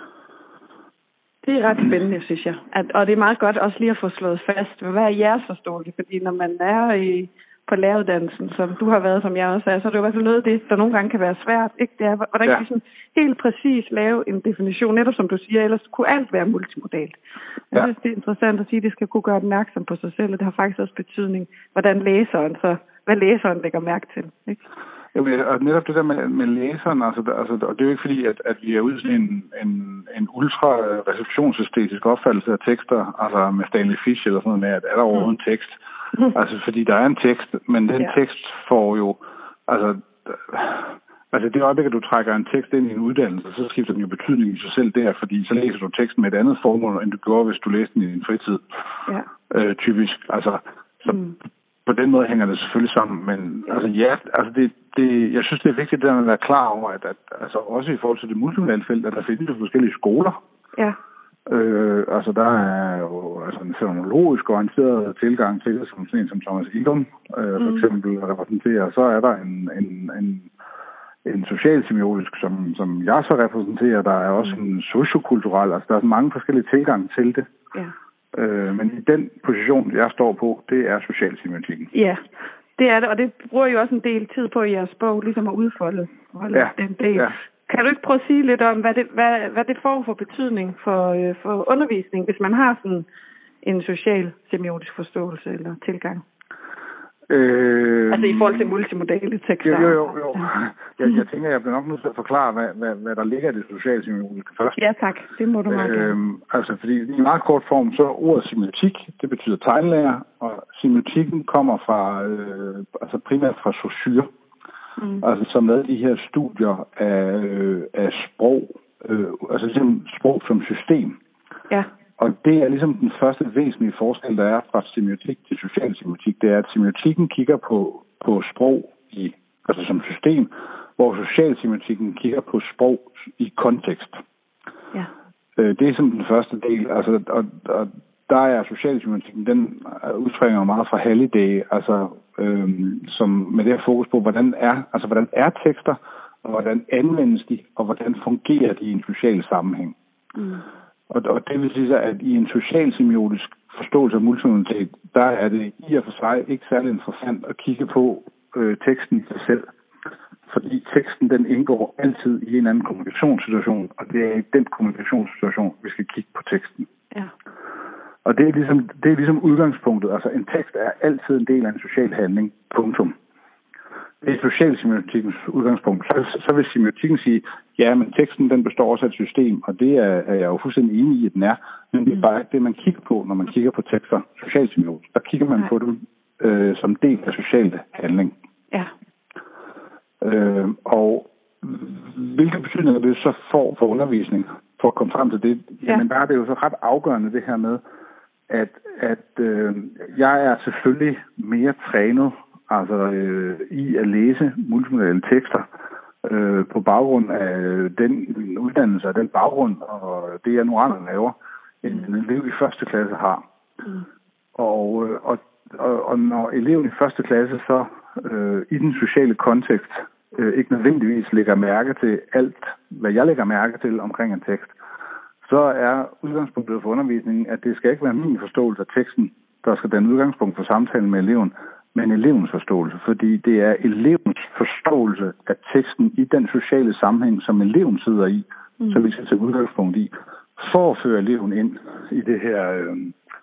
Det er ret spændende, synes jeg. At, og det er meget godt også lige at få slået fast, hvad er jeres forståelse? Fordi når man er i, på læreruddannelsen, som du har været, som jeg også er, så er det jo i hvert fald noget af det, der nogle gange kan være svært. Ikke? Det er, hvordan ja. kan vi sådan helt præcis lave en definition, netop som du siger, ellers kunne alt være multimodalt. Jeg ja. synes, det er interessant at sige, at det skal kunne gøre opmærksom på sig selv, og det har faktisk også betydning, hvordan læseren, så hvad læseren lægger mærke til. Ikke? Ja, og netop det der med, med læseren, altså, altså, og det er jo ikke fordi, at, at vi er ude i en, en, en ultra-receptionsæstetisk opfattelse af tekster, altså med Stanley Fish eller sådan noget med, at er der overhovedet en tekst? Mm. Altså, fordi der er en tekst, men den ja. tekst får jo, altså, altså det øjeblik, at du trækker en tekst ind i en uddannelse, så skifter den jo betydning i sig selv der, fordi så læser du teksten med et andet formål, end du gjorde, hvis du læste den i din fritid. Ja. Øh, typisk, altså, så mm. på den måde hænger det selvfølgelig sammen, men altså ja, altså det, det, jeg synes, det er vigtigt at være klar over, at, at altså også i forhold til det multimodale felt, at der findes forskellige skoler. Ja. Øh, altså der er jo altså en fenomenologisk orienteret tilgang til det, som sådan en som Thomas Egon øh, for mm. eksempel repræsenterer. Så er der en, en, en, en socialsemiotisk, som, som jeg så repræsenterer. Der er også mm. en sociokulturel, altså der er mange forskellige tilgange til det. Ja. Øh, men i den position, jeg står på, det er socialsemiotikken. Ja, det er det, og det bruger jo også en del tid på i jeres bog, ligesom at udfolde ja. den del. Ja. Kan du ikke prøve at sige lidt om, hvad det, hvad, hvad det får for betydning for, øh, for undervisning, hvis man har sådan en social semiotisk forståelse eller tilgang? Øh, altså i forhold til multimodale tekster. Jo, jo, jo. jo. Jeg, jeg tænker, jeg bliver nok nødt til at forklare, hvad, hvad, hvad der ligger i det sociale semiotiske først. Ja, tak. Det må du meget øh, Altså, fordi i meget kort form, så ordet semiotik, det betyder tegnlærer, og semiotikken kommer fra, øh, altså primært fra Saussure, mm. altså som lavede de her studier af, øh, af sprog, øh, altså ligesom sprog som system. Ja. Og det er ligesom den første væsentlige forskel, der er fra semiotik til social semiotik. Det er, at semiotikken kigger på, på sprog i, altså som system, hvor social semiotikken kigger på sprog i kontekst. Ja. Det er sådan den første del. Altså, og, og der er social semiotikken, den udspringer meget fra Halliday, altså øhm, som med det her fokus på, hvordan er, altså hvordan er tekster, og hvordan anvendes de, og hvordan fungerer de i en social sammenhæng. Mm. Og, og det vil sige, at i en socialsemiotisk forståelse af multimodalitet, der er det i og for sig ikke særlig interessant at kigge på øh, teksten i sig selv. Fordi teksten, den indgår altid i en anden kommunikationssituation, og det er i den kommunikationssituation, vi skal kigge på teksten. Ja. Og det er ligesom, det er ligesom udgangspunktet. Altså en tekst er altid en del af en social handling. Punktum. Det er socialsemiotikkens udgangspunkt. Så, så vil semiotikken sige, ja, men teksten den består også af et system, og det er, er jeg jo fuldstændig enig i, at den er. Men det er bare ikke det, man kigger på, når man kigger på tekster. Socialsemiotisk. Der kigger man Nej. på dem øh, som del af social handling. Ja. Øh, og hvilke betydninger det så får for undervisning, for at komme frem til det, ja. Jamen der er det jo så ret afgørende det her med, at, at øh, jeg er selvfølgelig mere trænet altså øh, i at læse multimodale tekster øh, på baggrund af den uddannelse og den baggrund, og det jeg nu andre laver, end en elev i første klasse har. Mm. Og, og, og, og når eleven i første klasse så øh, i den sociale kontekst øh, ikke nødvendigvis lægger mærke til alt, hvad jeg lægger mærke til omkring en tekst, så er udgangspunktet for undervisningen, at det skal ikke være min forståelse af teksten, der skal danne udgangspunkt for samtalen med eleven, men elevens forståelse, fordi det er elevens forståelse af teksten i den sociale sammenhæng, som eleven sidder i, mm. så vi skal tage udgangspunkt i, for at føre eleven ind i det her øh,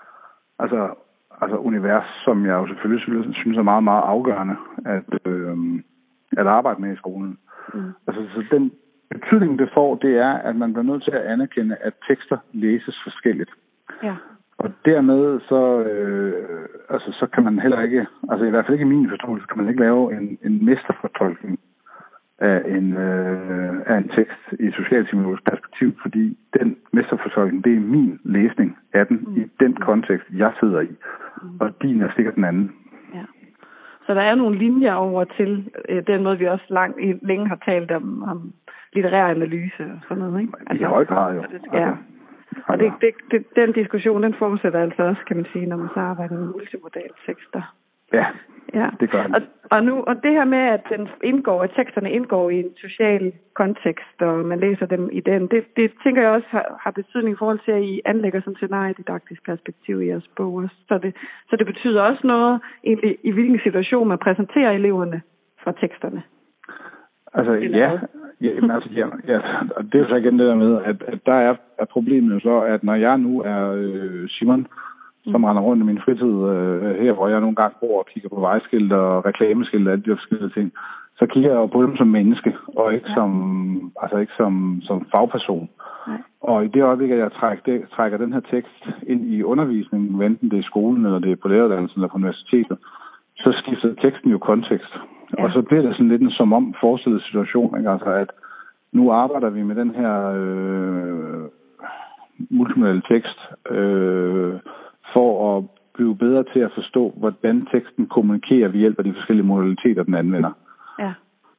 altså, altså univers, som jeg jo selvfølgelig synes er meget, meget afgørende at, øh, at arbejde med i skolen. Mm. Altså, så den betydning, det får, det er, at man bliver nødt til at anerkende, at tekster læses forskelligt. Ja. Og dermed så, øh, altså, så kan man heller ikke, altså i hvert fald ikke i min forståelse, kan man ikke lave en, en mesterfortolkning af en, øh, af en tekst i socialsemiotisk perspektiv, fordi den mesterfortolkning, det er min læsning af den mm. i den kontekst, jeg sidder i, mm. og din er sikkert den anden. Ja. Så der er nogle linjer over til øh, den måde, vi også langt, længe har talt om, om litterær analyse og sådan noget, ikke? Altså, i høj grad jo. Ja. Og det, det, det, den diskussion, den fortsætter altså også, kan man sige, når man så arbejder med multimodale tekster. Ja, ja. Det gør den. Og, og, nu, og det her med, at, den indgår, at teksterne indgår i en social kontekst, og man læser dem i den, det, det tænker jeg også har, har betydning i forhold til, at I anlægger sådan et scenariedidaktisk perspektiv i jeres bog også. Så det, så det betyder også noget, egentlig, i hvilken situation man præsenterer eleverne fra teksterne. Altså, ja, ja, altså, ja, ja, og det er jo så igen det der med, at, at der er, er problemet jo så, at når jeg nu er øh, Simon, som mm. render rundt i min fritid øh, her, hvor jeg nogle gange bor og kigger på vejskilt og reklameskilt og alle de forskellige ting, så kigger jeg jo på dem som menneske, og ikke ja. som altså ikke som, som fagperson. Nej. Og i det øjeblik, at jeg trækker, det, trækker den her tekst ind i undervisningen, enten det er i skolen, eller det er på læreruddannelsen, eller på universitetet, så skifter teksten jo kontekst. Ja. Og så bliver det sådan lidt en som om forestillet situation, ikke? Altså at nu arbejder vi med den her øh, multimodale tekst øh, for at blive bedre til at forstå, hvordan teksten kommunikerer ved hjælp af de forskellige modaliteter, den anvender. Ja.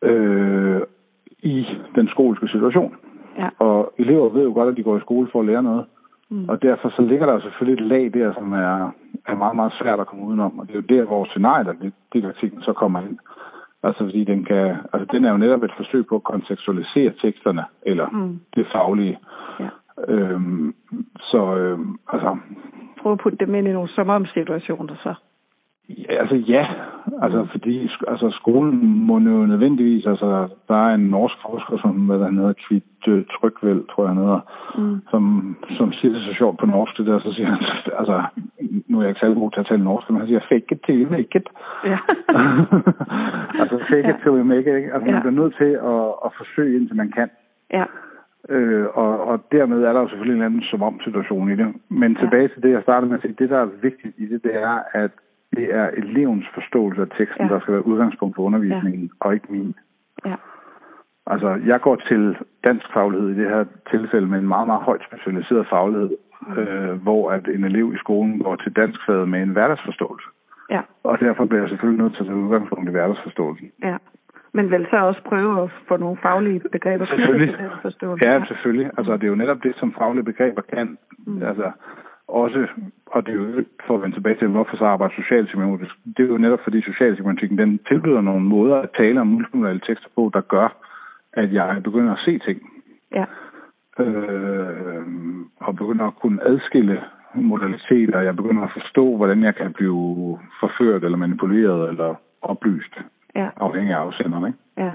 Øh, i den skoliske situation. Ja. Og elever ved jo godt, at de går i skole for at lære noget. Mm. Og derfor så ligger der selvfølgelig et lag der, som er, er meget, meget svært at komme udenom. Og det er jo der, hvor scenariedidaktikken så kommer ind. Altså fordi den kan, altså den er jo netop et forsøg på at kontekstualisere teksterne, eller mm. det faglige. Ja. Øhm, så øhm, altså... Prøv at putte dem ind i nogle som-om-situationer så. Ja, altså ja, Altså, fordi altså, skolen må jo nødvendigvis, altså, der er en norsk forsker, som, hvad han hedder, Kvit Trygvæld, tror jeg han hedder, mm. som, som siger det så sjovt på norsk, det der, så siger han, altså, nu er jeg ikke særlig god til at tale norsk, men han siger, fake it till you make it. Ja. altså, fake it till you make it, ikke? Altså, ja. Man bliver nødt til at, at forsøge, indtil man kan. Ja. Øh, og, og dermed er der jo selvfølgelig en anden som-om-situation i det. Men tilbage ja. til det, jeg startede med at sige, det, der er vigtigt i det, det er, at det er elevens forståelse af teksten, ja. der skal være udgangspunkt for undervisningen, ja. og ikke min. Ja. Altså, jeg går til dansk faglighed i det her tilfælde med en meget, meget højt specialiseret faglighed, mm. øh, hvor at en elev i skolen går til danskfaget med en hverdagsforståelse. Ja. Og derfor bliver jeg selvfølgelig nødt til at tage udgangspunkt i hverdagsforståelsen. Ja. Men vel så også prøve at få nogle faglige begreber til at forstå. Ja, selvfølgelig. Altså, det er jo netop det, som faglige begreber kan. Mm. Altså, også, og det er jo for at vende tilbage til, hvorfor så arbejder socialsemiotik. Det er jo netop, fordi socialsemiotikken, den tilbyder nogle måder at tale om multimodale tekster på, der gør, at jeg begynder at se ting. Ja. Øh, og begynder at kunne adskille modaliteter. Jeg begynder at forstå, hvordan jeg kan blive forført, eller manipuleret, eller oplyst. Ja. Afhængig af afsenderen, ikke? Ja.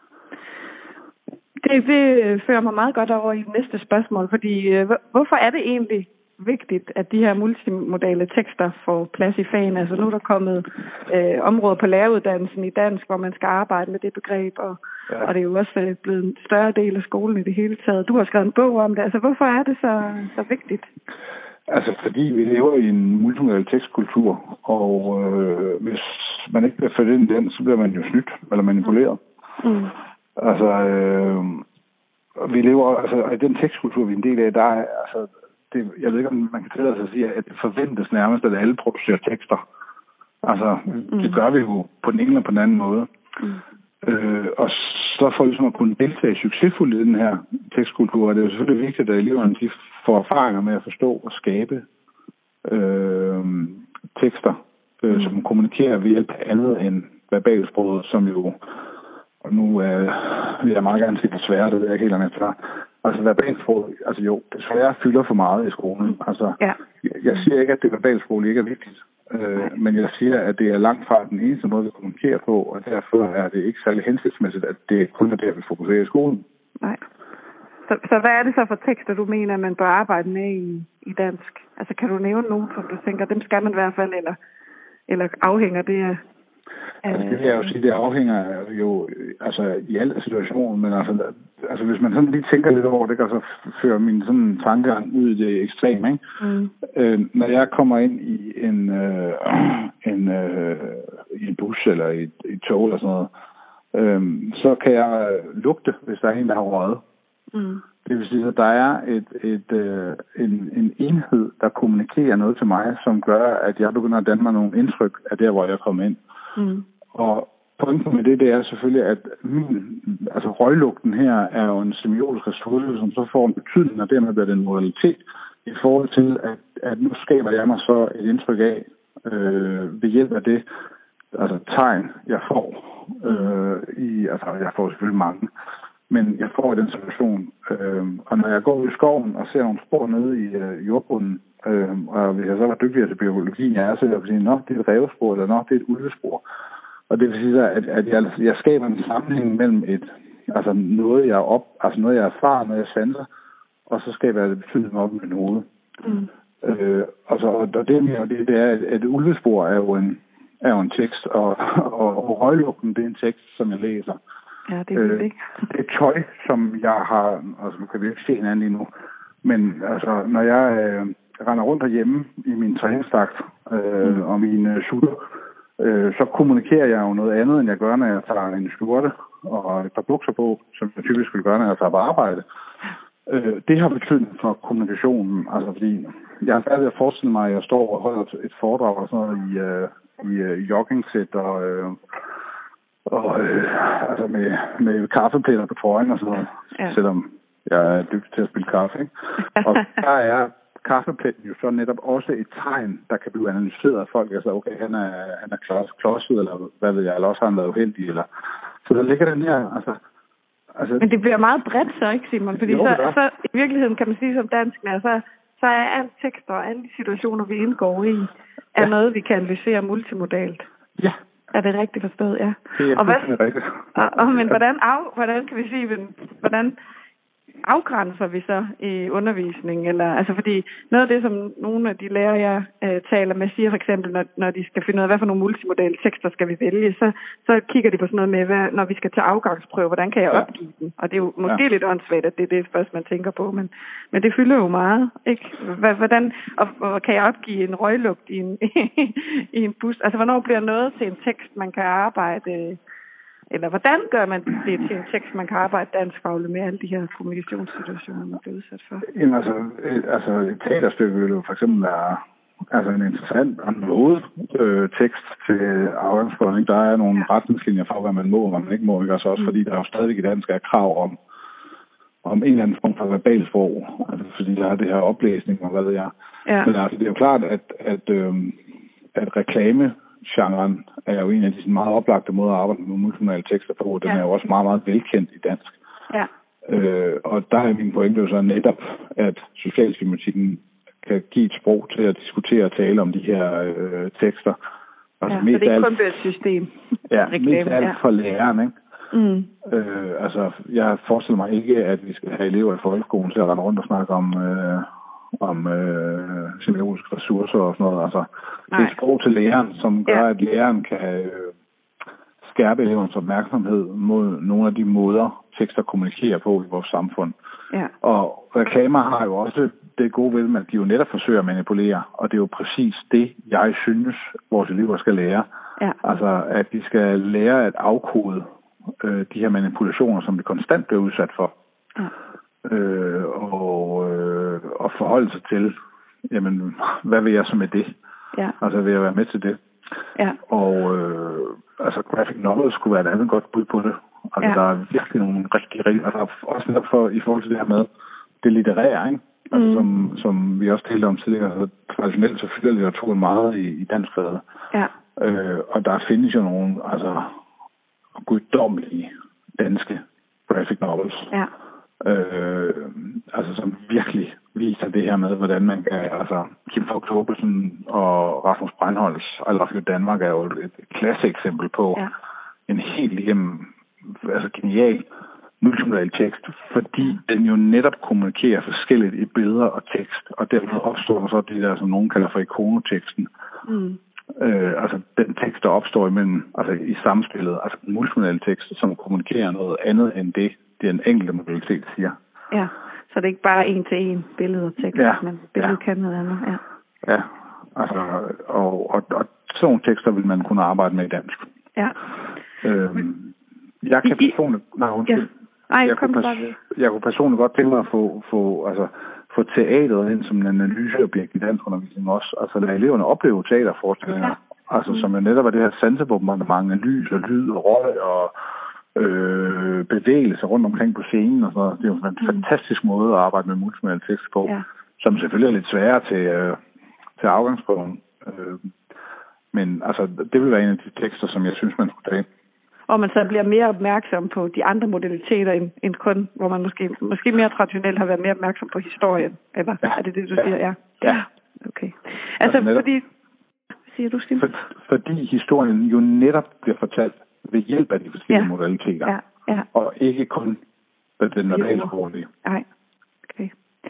Det, det fører mig meget godt over i det næste spørgsmål, fordi øh, hvorfor er det egentlig vigtigt, at de her multimodale tekster får plads i fagen? Altså nu er der kommet øh, områder på læreruddannelsen i dansk, hvor man skal arbejde med det begreb, og, ja. og det er jo også blevet en større del af skolen i det hele taget. Du har skrevet en bog om det. Altså hvorfor er det så, så vigtigt? Altså, fordi vi lever i en multimodal tekstkultur, og øh, hvis man ikke bliver født ind i den, så bliver man jo snydt eller manipuleret. Mm. Altså, øh, vi lever, altså, i den tekstkultur, vi er en del af, der er, altså, det, jeg ved ikke, om man kan tillade sig at sige, at det forventes nærmest, at alle producerer tekster. Altså, mm. det gør vi jo på den ene eller på den anden måde. Mm. Øh, og så for ligesom at kunne deltage succesfuldt i den her tekstkultur, og det er jo selvfølgelig vigtigt, at eleverne de får erfaringer med at forstå og skabe øh, tekster, øh, mm. som kommunikerer ved hjælp af andet end verbalsproget, som jo, og nu øh, vil jeg meget gerne sige desværre, det er jeg ikke helt andet fra. Altså verbalsproget, altså jo, desværre fylder for meget i skolen. Altså, ja. jeg, jeg siger ikke, at det verbalsproget ikke er vigtigt. Øh, men jeg siger, at det er langt fra den eneste måde, vi kommunikerer på, og derfor er det ikke særlig hensigtsmæssigt, at det kun er der, vi fokuserer i skolen. Nej. Så, så hvad er det så for tekster, du mener, at man bør arbejde med i, i dansk? Altså kan du nævne nogen, som du tænker, dem skal man i hvert fald, eller, eller afhænger det af... Altså, det vil jeg jo sige, det afhænger jo altså, i alle situationer, men altså, altså hvis man sådan lige tænker lidt over det, kan så føre min sådan tankegang ud i det ekstreme, ikke? Mm. Øh, når jeg kommer ind i en, øh, en, øh, i en bus eller i et, et tog eller sådan noget, øh, så kan jeg lugte, hvis der er en, der har røget. Mm. Det vil sige, at der er et, et, øh, en, en enhed, der kommunikerer noget til mig, som gør, at jeg begynder at danne mig nogle indtryk af der, hvor jeg kommer ind. Mm. Og pointen med det, det er selvfølgelig, at min, altså røglugten her er jo en semiotisk ressource, som så får en betydning, og dermed bliver det en modalitet i forhold til, at, at nu skaber jeg mig så et indtryk af, øh, ved hjælp af det, altså tegn, jeg får. Øh, i, altså, jeg får selvfølgelig mange, men jeg får i den situation. Øh, og når jeg går ud i skoven og ser nogle spor nede i øh, jordbunden, øh, og hvis jeg så var dygtigere til biologien, jeg er, så jeg vil sige, nå, det er et rævespor, eller nå, det er et ulvespor. Og det vil sige, at, at jeg, jeg skaber en sammenhæng mellem et, altså noget, jeg op, altså noget, jeg erfarer, noget, jeg sanser, og så skaber jeg det betydning op i min hoved. Mm. Øh, altså, og det, det, det er, at et ulvespor er jo en, er jo en tekst, og, og, og røglugten, det er en tekst, som jeg læser. Ja, det er øh, det. Det er tøj, som jeg har, altså nu kan vi ikke se hinanden lige nu, men altså, når jeg øh, render rundt derhjemme i min træningstakt øh, mm. og mine øh, shooter, øh, så kommunikerer jeg jo noget andet, end jeg gør, når jeg tager en skjorte og et par bukser på, som jeg typisk vil gøre, når jeg tager på arbejde. Øh, det har betydning for kommunikationen, altså fordi jeg er færdig at forestille mig, at jeg står og holder et foredrag og sådan noget i, øh, i øh, joggingsæt og... Øh, Og øh, altså med, med kaffepiller på trøjen og sådan noget, ja. Selvom jeg er dygtig til at spille kaffe, ikke? Og der er kaffepletten jo så netop også et tegn, der kan blive analyseret af folk. Altså, okay, han er, han er klodset, eller hvad ved jeg, eller også har han været uheldig, eller... Så der ligger den her, altså... altså Men det bliver meget bredt så, ikke Simon? Fordi jo, så, så i virkeligheden kan man sige som dansklærer, så, så er alle tekster og alle de situationer, vi indgår i, er ja. noget, vi kan analysere multimodalt. Ja. Er det rigtigt forstået, ja. Det er og hvad, rigtigt. Og, og, men hvordan, af, hvordan kan vi sige, hvordan afgrænser vi så i undervisningen? Eller, altså fordi noget af det, som nogle af de lærere, jeg øh, taler med, siger for eksempel, når, når de skal finde ud af, hvad for nogle multimodale tekster skal vi vælge, så, så kigger de på sådan noget med, hvad, når vi skal til afgangsprøve, hvordan kan jeg ja. opgive den? Og det er jo måske ja. lidt åndssvagt, at det er det først, man tænker på, men, men det fylder jo meget, ikke? Hvordan, og, og kan jeg opgive en røglugt i en, i en bus? Altså, hvornår bliver noget til en tekst, man kan arbejde... Eller hvordan gør man det til en tekst, man kan arbejde danskfagligt med alle de her kommunikationssituationer, man bliver udsat for? Jamen altså, et, altså et teaterstykke vil jo for eksempel være altså en interessant og noget øh, tekst til afgangsprøven. Der er nogle ja. retningslinjer for, hvad man må og hvad man ikke må. Ikke? Altså også mm. fordi der er jo stadigvæk i dansk er krav om, om en eller anden form for verbalsprog. Altså fordi der er det her oplæsning og hvad ved jeg. Ja. Men altså, det er jo klart, at, at, øh, at reklame genren er jo en af de sådan meget oplagte måder at arbejde med multimodale tekster på. Den ja. er jo også meget, meget velkendt i dansk. Ja. Øh, og der er min pointe jo så netop, at socialsemiotikken kan give et sprog til at diskutere og tale om de her øh, tekster. Altså, ja, mest så det er ikke kun alt, et system. Ja, mest alt ja. for læreren, ikke? Mm. Øh, altså, jeg forestiller mig ikke, at vi skal have elever i folkeskolen til at rende rundt og snakke om... Øh, om øh, semiotiske ressourcer og sådan noget. Altså, det er sprog til læreren, som gør, ja. at læreren kan øh, skærpe elevens opmærksomhed mod nogle af de måder, tekster kommunikerer på i vores samfund. Ja. Og reklamer har jo også det gode ved, at de jo netop forsøger at manipulere, og det er jo præcis det, jeg synes, vores elever skal lære. Ja. Altså, at de skal lære at afkode øh, de her manipulationer, som de konstant bliver udsat for. Ja. Øh, og, øh, og forholde sig til, jamen, hvad vil jeg så med det? Ja. Altså, vil jeg være med til det? Ja. Og øh, altså, graphic novels skulle være et andet godt bud på det. Altså, ja. der er virkelig nogle rigtig, rigtig, altså, også netop for, i forhold til det her med det litterære, ikke? Altså, mm. som, som vi også talte om tidligere, så traditionelt så fylder litteraturen meget i, i danskfaget. Ja. Øh, og der findes jo nogle, altså, guddommelige danske graphic novels. Ja. Øh, altså som virkelig viser det her med, hvordan man kan, altså Kim Fogh Globelsen og Rasmus Breinholtz, I Love You Danmark er jo et klasse eksempel på ja. en helt igennem, altså genial multimodal tekst, fordi den jo netop kommunikerer forskelligt i billeder og tekst, og dermed opstår så det der, som nogen kalder for ikonoteksten. Mm. Øh, altså den tekst, der opstår imellem, altså i samspillet, altså en multimodal tekst, som kommunikerer noget andet end det, den enkelte modalitet siger. Ja, så det er ikke bare en til en billede og tekst, ja. men billedet ja. kan noget andet. Ja, ja. Altså, og, og, og sådan nogle tekster vil man kunne arbejde med i dansk. Ja. Øhm, jeg kan personligt... Nej, undskyld. Ja. Ej, jeg, kunne pers- jeg kunne personligt godt tænke mig at få, få, altså, få teateret ind som en analyseobjekt i danskundervisning også. Altså lade eleverne opleve teaterforestillinger. Ja. Altså som jo netop er det her sansebombardement af lys og lyd og røg og øh, bevægelser rundt omkring på scenen og sådan noget. Det er jo en mm. fantastisk måde at arbejde med multimodal tekst på, ja. som selvfølgelig er lidt sværere til, øh, til afgangsprøven. Øh, men altså, det vil være en af de tekster, som jeg synes, man skulle tage. Og man så bliver mere opmærksom på de andre modaliteter end, end kun, hvor man måske, måske mere traditionelt har været mere opmærksom på historien. Eller ja. er det det, du ja. siger? Ja. ja. Okay. Altså, altså netop, fordi... Siger du, Stine? For, fordi historien jo netop bliver fortalt ved hjælp af de forskellige ja. modaliteter. Ja. Ja. Og ikke kun den normalsproglige. Nej. Okay.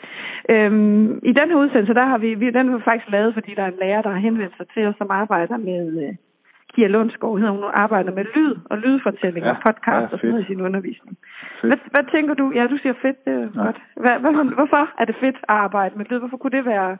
Øhm, I den her udsendelse, der har vi, vi, den har vi faktisk lavet, fordi der er en lærer, der har henvendt sig til os, som arbejder med... Øh, Kia Lundsgaard, hedder hun, arbejder med lyd og lydfortællinger, ja, podcast ja, og sådan noget i sin undervisning. Hvad, hvad tænker du? Ja, du siger fedt, det er ja. godt. Hvad, hvad, hvorfor er det fedt at arbejde med lyd? Hvorfor kunne det være?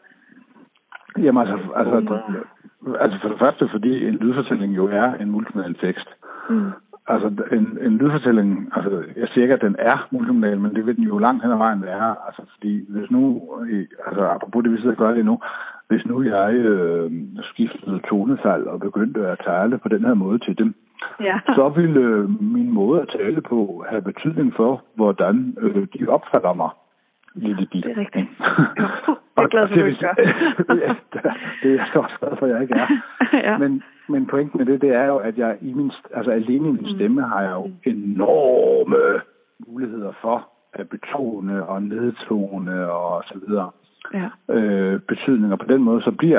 Jamen altså, altså, altså for det første, fordi en lydfortælling jo er en multimodal tekst. Mm. Altså en, en lydfortælling, altså jeg siger ikke, at den er multimodal, men det vil den jo langt hen ad vejen være. Altså fordi hvis nu, altså apropos det vi sidder og gør det nu, hvis nu jeg øh, skiftede tonefald og begyndte at tale på den her måde til dem, ja. så ville øh, min måde at tale på have betydning for, hvordan øh, de opfatter mig. Lille bil. Det er rigtigt. Ja. Jeg er glad for, at du ikke gør. Ja, det er jeg så også glad for, at jeg ikke er. ja. men, men pointen med det, det er jo, at jeg i min, altså alene i min stemme har jeg jo enorme muligheder for at betone og nedtone og så videre. Ja. Øh, betydninger. På den måde, så bliver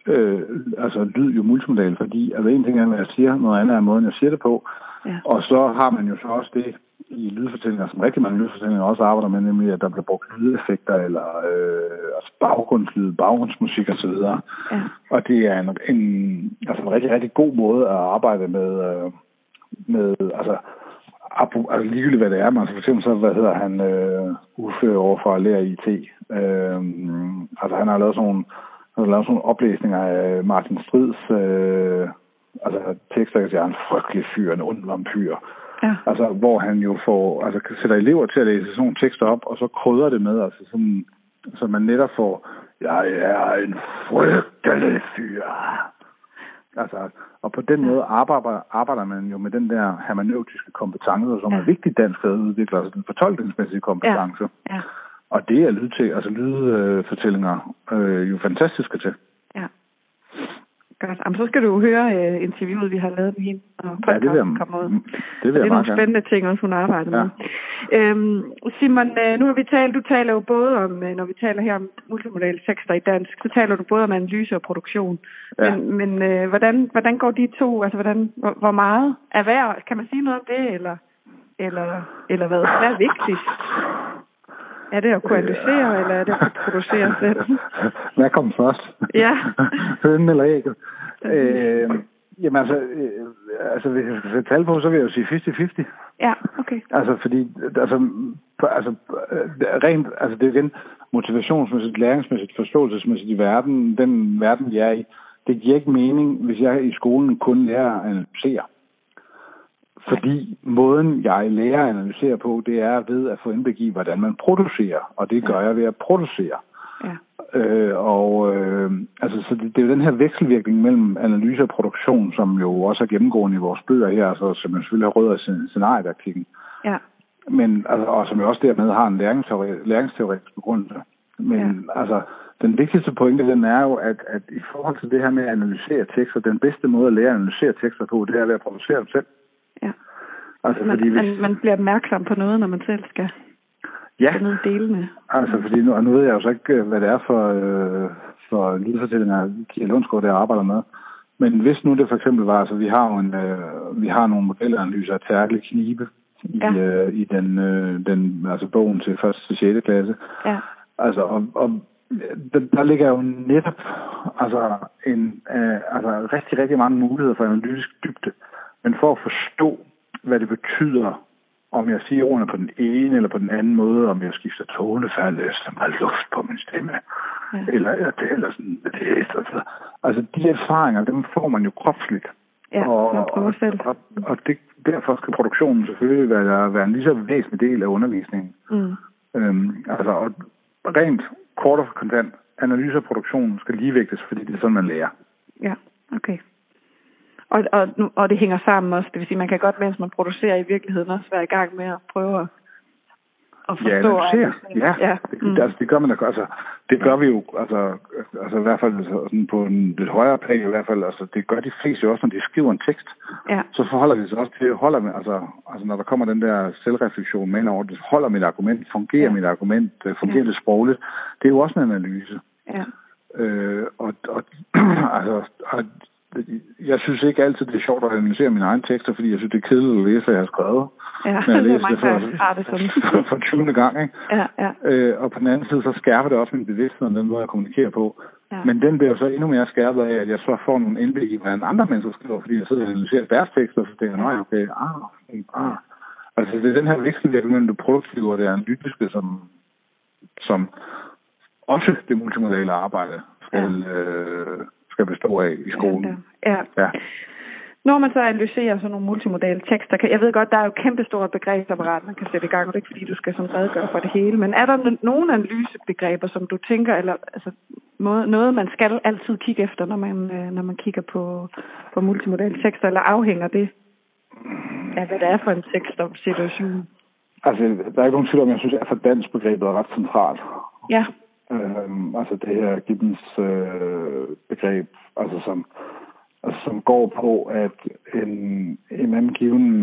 øh, altså lyd jo multimodal, fordi altså en ting er, hvad jeg siger, noget andet er måden, jeg siger det på. Ja. Og så har man jo så også det i lydfortællinger, som rigtig mange lydfortællinger også arbejder med, nemlig at der bliver brugt lydeffekter, eller øh, altså baggrundslyd, baggrundsmusik osv. Ja. Og det er en, en, altså en rigtig, rigtig god måde at arbejde med, øh, med altså, altså ligegyldigt hvad det er. Man, altså for eksempel så, hvad hedder han, øh, Uffe over fra Lær I T. Øh, altså han har lavet sådan nogle, han har lavet sådan nogle oplæsninger af Martin Strids øh, altså tekster, der siger, en frygtelig fyr, en ond vampyr. Ja. Altså, hvor han jo får, altså sætter elever til at læse sådan nogle tekster op, og så krydder det med, altså sådan, så man netop får, jeg er en frygtelig fyr. Altså, og på den måde arbejder, arbejder man jo med den der hermeneutiske kompetence, som ja. er vigtig dansk at udvikle, altså den fortolkningsmæssige kompetence. Ja. Ja. Og det er lyd til, altså lydfortællinger øh, jo fantastiske til. Ja. Godt. Jamen, så skal du høre uh, interviewet, vi har lavet med hende, og podcasten ja, det vil, kommer ud. Det, vil det er nogle gerne. spændende ting, også hun arbejder ja. med. Øhm, Simon, nu har vi talt, du taler jo både om, når vi taler her om multimodale tekster i dansk, så taler du både om analyse og produktion. Ja. Men, men øh, hvordan, hvordan går de to, altså hvordan, hvor, hvor meget er værd? Kan man sige noget om det, eller, eller, eller hvad? Hvad er vigtigt? Er det at kunne analysere, øh, eller er det at kunne producere selv? Hvad kom først? Ja. Hønen eller ægget? Øh, jamen altså, øh, altså, hvis jeg skal sætte tal på, så vil jeg jo sige halvtreds halvtreds. Ja, okay. Altså, fordi, altså, altså rent, altså det er igen motivationsmæssigt, læringsmæssigt, forståelsesmæssigt i verden, den verden, jeg er i, det giver ikke mening, hvis jeg i skolen kun lærer at analysere. Fordi måden, jeg lærer at analysere på, det er ved at få indblik i, hvordan man producerer. Og det gør jeg ved at producere. Ja. Øh, og øh, altså, så det, det er jo den her vekselvirkning mellem analyse og produktion, som jo også er gennemgående i vores bøger her, altså, som man selvfølgelig har rødder i scenarietaktikken. Ja. Men, altså, og som jo også dermed har en læringsteoretisk begrundelse. Men ja. altså, den vigtigste pointe, den er jo, at, at i forhold til det her med at analysere tekster, den bedste måde at lære at analysere tekster på, det er ved at producere dem selv. Ja. Altså, man, fordi hvis... man, man bliver opmærksom på noget, når man selv skal ja. finde delene. Altså, fordi nu, og nu ved jeg jo så ikke, hvad det er for, øh, for lydfortællinger, Kia Lundsgaard, der arbejder med. Men hvis nu det for eksempel var, altså vi har jo en, øh, vi har nogle modelanalyser af Terkel Knibe i, ja. øh, i den, øh, den, altså bogen til første til sjette klasse. Ja. Altså, og, og der, der ligger jo netop altså, en, øh, altså rigtig, rigtig mange muligheder for analytisk dybde. Men for at forstå, hvad det betyder, om jeg siger ordene på den ene eller på den anden måde, om jeg skifter tonefald, eller som har luft på min stemme, ja. eller jeg taler sådan, det er så. Altså, de erfaringer, dem får man jo kropsligt. Ja, og, og, og, og det, derfor skal produktionen selvfølgelig være, være en lige så væsentlig del af undervisningen. Mm. Øhm, altså, og rent kort og kontant, analyse og produktion skal ligevægtes, fordi det er sådan, man lærer. Ja, okay. Og, og, og det hænger sammen også. Det vil sige, man kan godt, mens man producerer i virkeligheden, også være i gang med at prøve at, at forstå. Ja, analysere. Ja, ja. Det, mm. altså, det gør man da. Altså, det gør vi jo, altså, altså i hvert fald sådan på en lidt højere plan i hvert fald. Altså, det gør de fleste jo også, når de skriver en tekst. Ja. Så forholder de sig også til, holder med, altså, altså når der kommer den der selvreflektion med over, det holder mit argument, fungerer ja. mit argument, fungerer ja. det sprogligt. Det er jo også en analyse. Ja. Øh, og, og altså, og, jeg synes ikke altid, det er sjovt at analysere mine egne tekster, fordi jeg synes, det er kedeligt at læse, hvad jeg har skrevet. Ja, men jeg det læser det for, det sådan. for tyvende gang, ikke? Ja, ja. Øh, og på den anden side, så skærper det også min bevidsthed om den måde, jeg kommunikerer på. Ja. Men den bliver jo så endnu mere skærpet af, at jeg så får nogle indblik i, hvordan andre mennesker skriver, fordi jeg sidder og analyserer deres tekster, så tænker jeg, nej, okay, ah, ah. Altså, det er den her vekselvirkning mellem det produktive og det analytiske, som, som også det multimodale arbejde skal... Ja. Øh, skal bestå af i skolen. Ja, ja. ja. Når man så analyserer sådan nogle multimodale tekster, kan, jeg ved godt, der er jo kæmpestort begrebsapparat, man kan sætte i gang, og det er ikke fordi, du skal sådan redegøre for det hele, men er der nogle analysebegreber, som du tænker, eller altså, noget, man skal altid kigge efter, når man, når man kigger på, på multimodale tekster, eller afhænger det af, hvad det er for en tekst om situationen? Altså, der er ikke nogen tvivl om, jeg synes, at for dansk begrebet er ret centralt. Ja. Øhm, altså det her Gibbons øh, begreb, altså som, altså som går på, at en, en anden given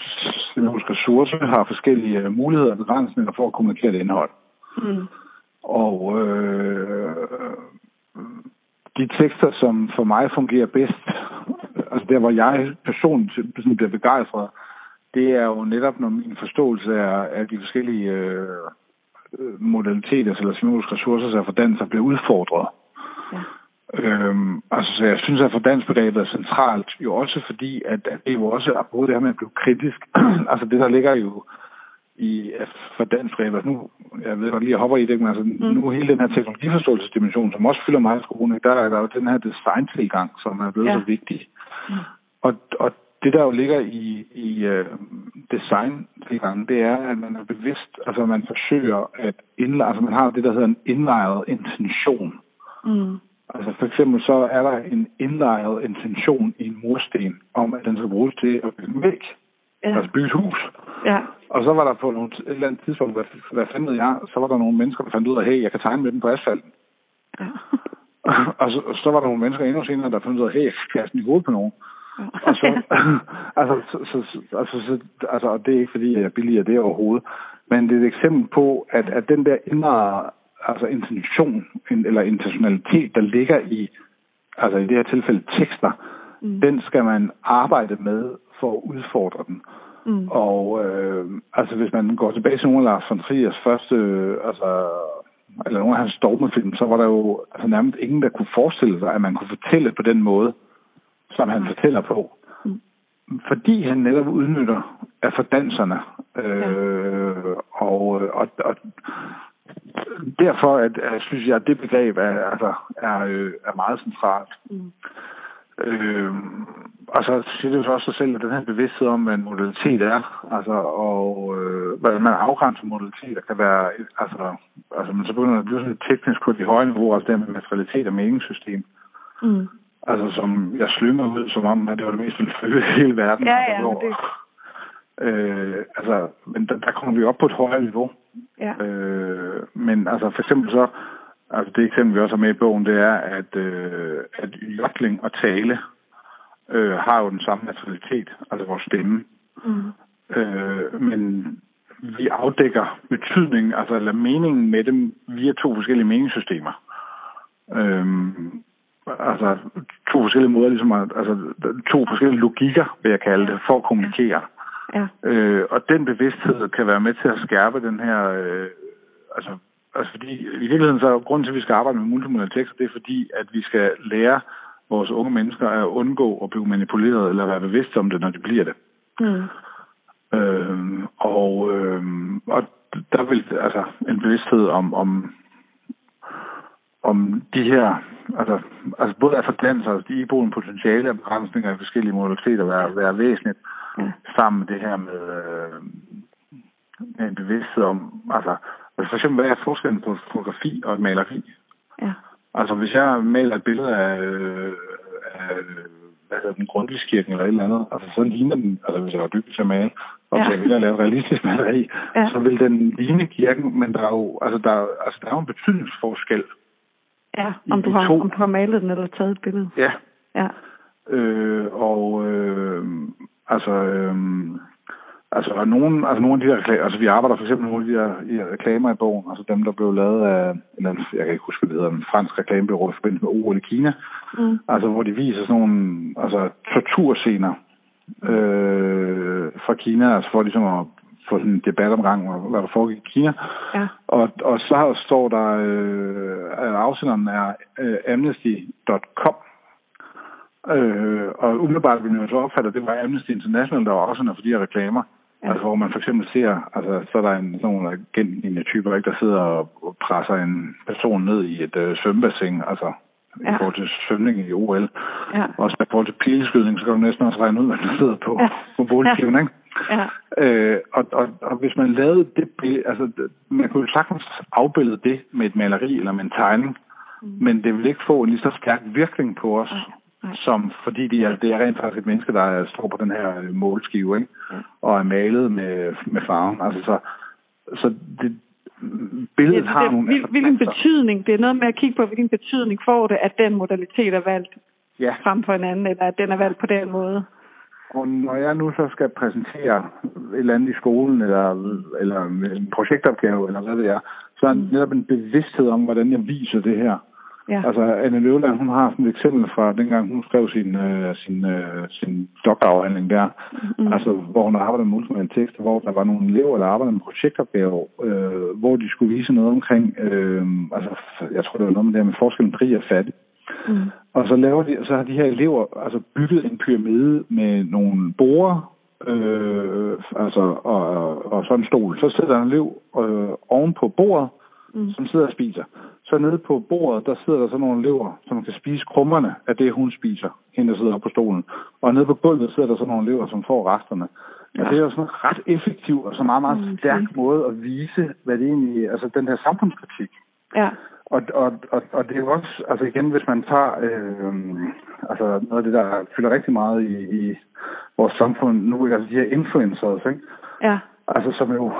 ressource har forskellige muligheder og begrænsninger for at kommunikere det indhold. Mm. Og øh, de tekster, som for mig fungerer bedst, altså der, hvor jeg personligt sådan bliver begejstret, det er jo netop, når min forståelse er, af de forskellige øh, modaliteter eller semiotiske ressourcer, for dansk bliver udfordret. Ja. Øhm, altså, så jeg synes, at for danskbegrebet er centralt, jo også fordi, at, at det er jo også at bruge det her med at blive kritisk. Altså det, der ligger jo i for danskbegrebet, nu, jeg ved godt lige, jeg hopper i det, men altså mm. nu hele den her teknologiforståelsesdimension, som også fylder meget i skolen, der er der jo den her designtilgang, som er blevet ja. så vigtig. Mm. Og, og det, der jo ligger i, i uh, designtilgangen, det er, at man er bevidst, altså man forsøger at indlejre, altså man har det, der hedder en indlejret intention. Mm. Altså for eksempel så er der en indlejret intention i en mursten om, at den skal bruges til at bygge en væg. Ja. Altså bygge et hus. Ja. Og så var der på nogle, et eller andet tidspunkt, hvad, hvad fanden ved jeg, så var der nogle mennesker, der fandt ud af, hey, jeg kan tegne med den på asfalten. Ja. og så, så var der nogle mennesker endnu senere, der fandt ud af, hey, jeg kan kaste den i hovedet på nogen. Ja. Og så, altså, så, så, altså, så, altså, og det er ikke fordi, jeg er billig af det overhovedet, men det er et eksempel på, at, at den der indre altså intention eller intentionalitet, der ligger i, altså i det her tilfælde tekster, mm. den skal man arbejde med for at udfordre den. Mm. Og øh, altså hvis man går tilbage til nogle af Lars von Triers første, øh, altså eller nogle af hans dogmefilm, så var der jo altså nærmest ingen, der kunne forestille sig, at man kunne fortælle på den måde, som han mm. fortæller på. Mm. Fordi han netop udnytter af fordanserne. Øh, ja. og, og, og derfor at, at, synes jeg, at det begreb er, altså, er, øh, er meget centralt. Mm. Øh, og så siger det jo også sig selv, at den her bevidsthed om, hvad en modalitet er, altså, og øh, hvad man afgrænser modaliteter, kan være, altså, altså man så begynder at blive sådan et teknisk på de høje niveau, altså det med materialitet og meningssystem. Mm. Altså som jeg slynger ud, som om at det var det mest vildt i hele verden. Ja, ja, hvor, det... øh, altså, men der, der kommer vi op på et højere niveau. Ja. Øh, men altså for eksempel så, altså det eksempel vi også har med i bogen, det er, at, øh, at jodling og tale øh, har jo den samme naturalitet, altså vores stemme. Mm. Øh, men vi afdækker betydningen, altså eller meningen med dem via to forskellige meningssystemer. Øh, altså to forskellige måder, ligesom at, altså to forskellige logikker, vil jeg kalde det, for at kommunikere. Ja. Øh, og den bevidsthed kan være med til at skærpe den her, øh, altså, altså fordi i virkeligheden så grunden til, at vi skal arbejde med multimodale tekster, det er fordi, at vi skal lære vores unge mennesker at undgå at blive manipuleret eller være bevidste om det, når de bliver det. Mm. Øh, og, øh, og der vil altså en bevidsthed om, om, om de her, altså, altså både af fordanser, altså de iboende potentiale og begrænsninger af forskellige modaliteter være, være væsentligt. Ja. Sammen med det her med, øh, med en bevidsthed om, altså, altså for eksempel, hvad er forskellen på fotografi og et maleri? Ja. Altså, hvis jeg maler et billede af, øh, af hvad hedder den, Grundtvigskirken eller et eller andet, altså så ligner den, altså hvis jeg var dygtig til at male, og ja. jeg ville lave et realistisk maleri, ja. så vil den ligne kirken, men der er jo, altså der, altså, der er jo en betydningsforskel. Ja, om du, har, om du har malet den eller taget et billede. Ja. Ja. Øh, og øh, Altså, øhm, altså, nogen, altså nogle af de der reklamer, altså vi arbejder for eksempel med nogle af de der, de der reklamer i bogen, altså dem, der blev lavet af, eller jeg kan ikke huske, hvad det hedder, en fransk reklamebureau i forbindelse med O L i Kina, mm. altså hvor de viser sådan nogle, altså torturscener øh, fra Kina, altså for ligesom at få sådan en debat omgang, hvad der foregik i Kina. Ja. Og, og så står der, øh, at afsenderen er øh, amnesty punktum com. Øh, og umiddelbart vil man så opfatte, at det var Amnesty International, der var også for de her reklamer. Ja. Altså hvor man for eksempel ser, altså så er der en, sådan nogle agentlignende typer, ikke, der sidder og presser en person ned i et øh, svømmebassin, altså ja. i forhold til svømning i O L. Ja. Og så i forhold til pileskydning, så kan du næsten også regne ud, hvad der sidder på, ja. på boligskiven, ikke? Ja. Øh, og, og, og hvis man lavede det, altså man kunne jo sagtens afbillede det med et maleri eller med en tegning, mm. men det vil ikke få en lige så stærk virkning på os. Ja. Nej. Som, fordi de er, det er rent faktisk et menneske, der står på den her målskive, ikke? Ja. Og er malet med, med farven. Altså, så, så det, billedet det, har det, nogle... Hvil, hvilken betydning, det er noget med at kigge på, hvilken betydning får det, at den modalitet er valgt ja. frem for en anden, eller at den er valgt på den måde. Og når jeg nu så skal præsentere et eller andet i skolen, eller, eller en projektopgave, eller hvad det er, så er mm. netop en bevidsthed om, hvordan jeg viser det her. Ja. Altså, Anne Løvland, hun har sådan et eksempel fra dengang, hun skrev sin, øh, sin, øh, sin doktorafhandling der, mm. altså, hvor hun arbejdede med multimodale tekster, hvor der var nogle elever, der arbejdede med projektopgaver, øh, hvor de skulle vise noget omkring, øh, altså, jeg tror, det var noget med det med forskellen på rig og fattig. Mm. Og så laver de, så har de her elever altså bygget en pyramide med nogle borer, øh, altså, og, og, og sådan en stol. Så sidder der en elev øh, oven på bordet, mm. som sidder og spiser. Så nede på bordet, der sidder der så nogle elever, som kan spise krummerne af det, hun spiser, hende der sidder oppe på stolen. Og nede på gulvet sidder der så nogle elever, som får resterne. Ja. Og det er jo sådan en ret effektiv og så meget, meget stærk måde at vise, hvad det egentlig, altså den her samfundskritik. Ja. Og, og, og, og det er jo også, altså igen, hvis man tager øh, altså noget af det, der fylder rigtig meget i, i vores samfund nu, altså de her influencers, ikke? Ja. Altså som jo,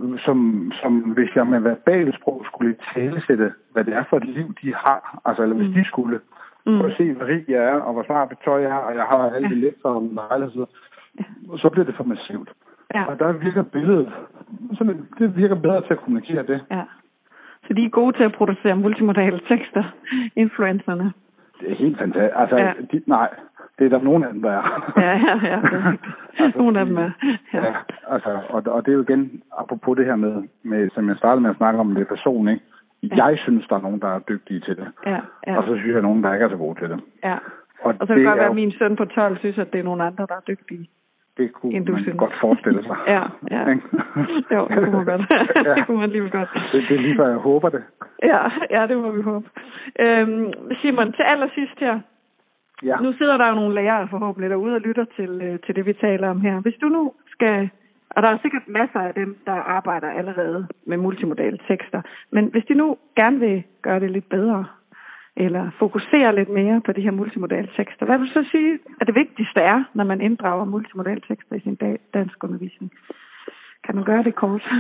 som, som hvis jeg med verbalsprog skulle talesætte, hvad det er for et liv, de har, altså eller hvis mm. de skulle, mm. for at se, hvor rig jeg er, og hvor smart tøj jeg er, og jeg har alle de ja. lekser og lejligheder, ja. så bliver det for massivt. Ja. Og der virker billedet, så det virker bedre til at kommunikere det. Ja. Så de er gode til at producere multimodale tekster, influencerne. Det er helt fantastisk. Altså, ja. de, nej, det er der nogen af dem, der er. ja, ja, ja. altså, nogle af dem er. Ja, ja altså, og, og det er jo igen, apropos det her med, med, som jeg startede med at snakke om, det person, ikke? Ja. Jeg synes, der er nogen, der er dygtige til det. Ja, ja. Og så synes jeg, nogen, der ikke er så gode til det. Ja. Og, og så kan det godt være, at min søn på tolv synes, at det er nogen andre, der er dygtige. Det kunne man synes. godt forestille sig. ja, ja. jo, det kunne man godt. ja. det kunne man lige godt. Det, det er lige før, jeg håber det. Ja, ja, det må vi håbe. Øhm, Simon, til allersidst her. Ja. Nu sidder der jo nogle lærere forhåbentlig derude og lytter til, til det, vi taler om her. Hvis du nu skal, og der er sikkert masser af dem, der arbejder allerede med multimodale tekster, men hvis de nu gerne vil gøre det lidt bedre, eller fokusere lidt mere på de her multimodale tekster. Hvad vil du så sige, at det vigtigste er, når man inddrager multimodale tekster i sin dansk undervisning? Kan man gøre det kort?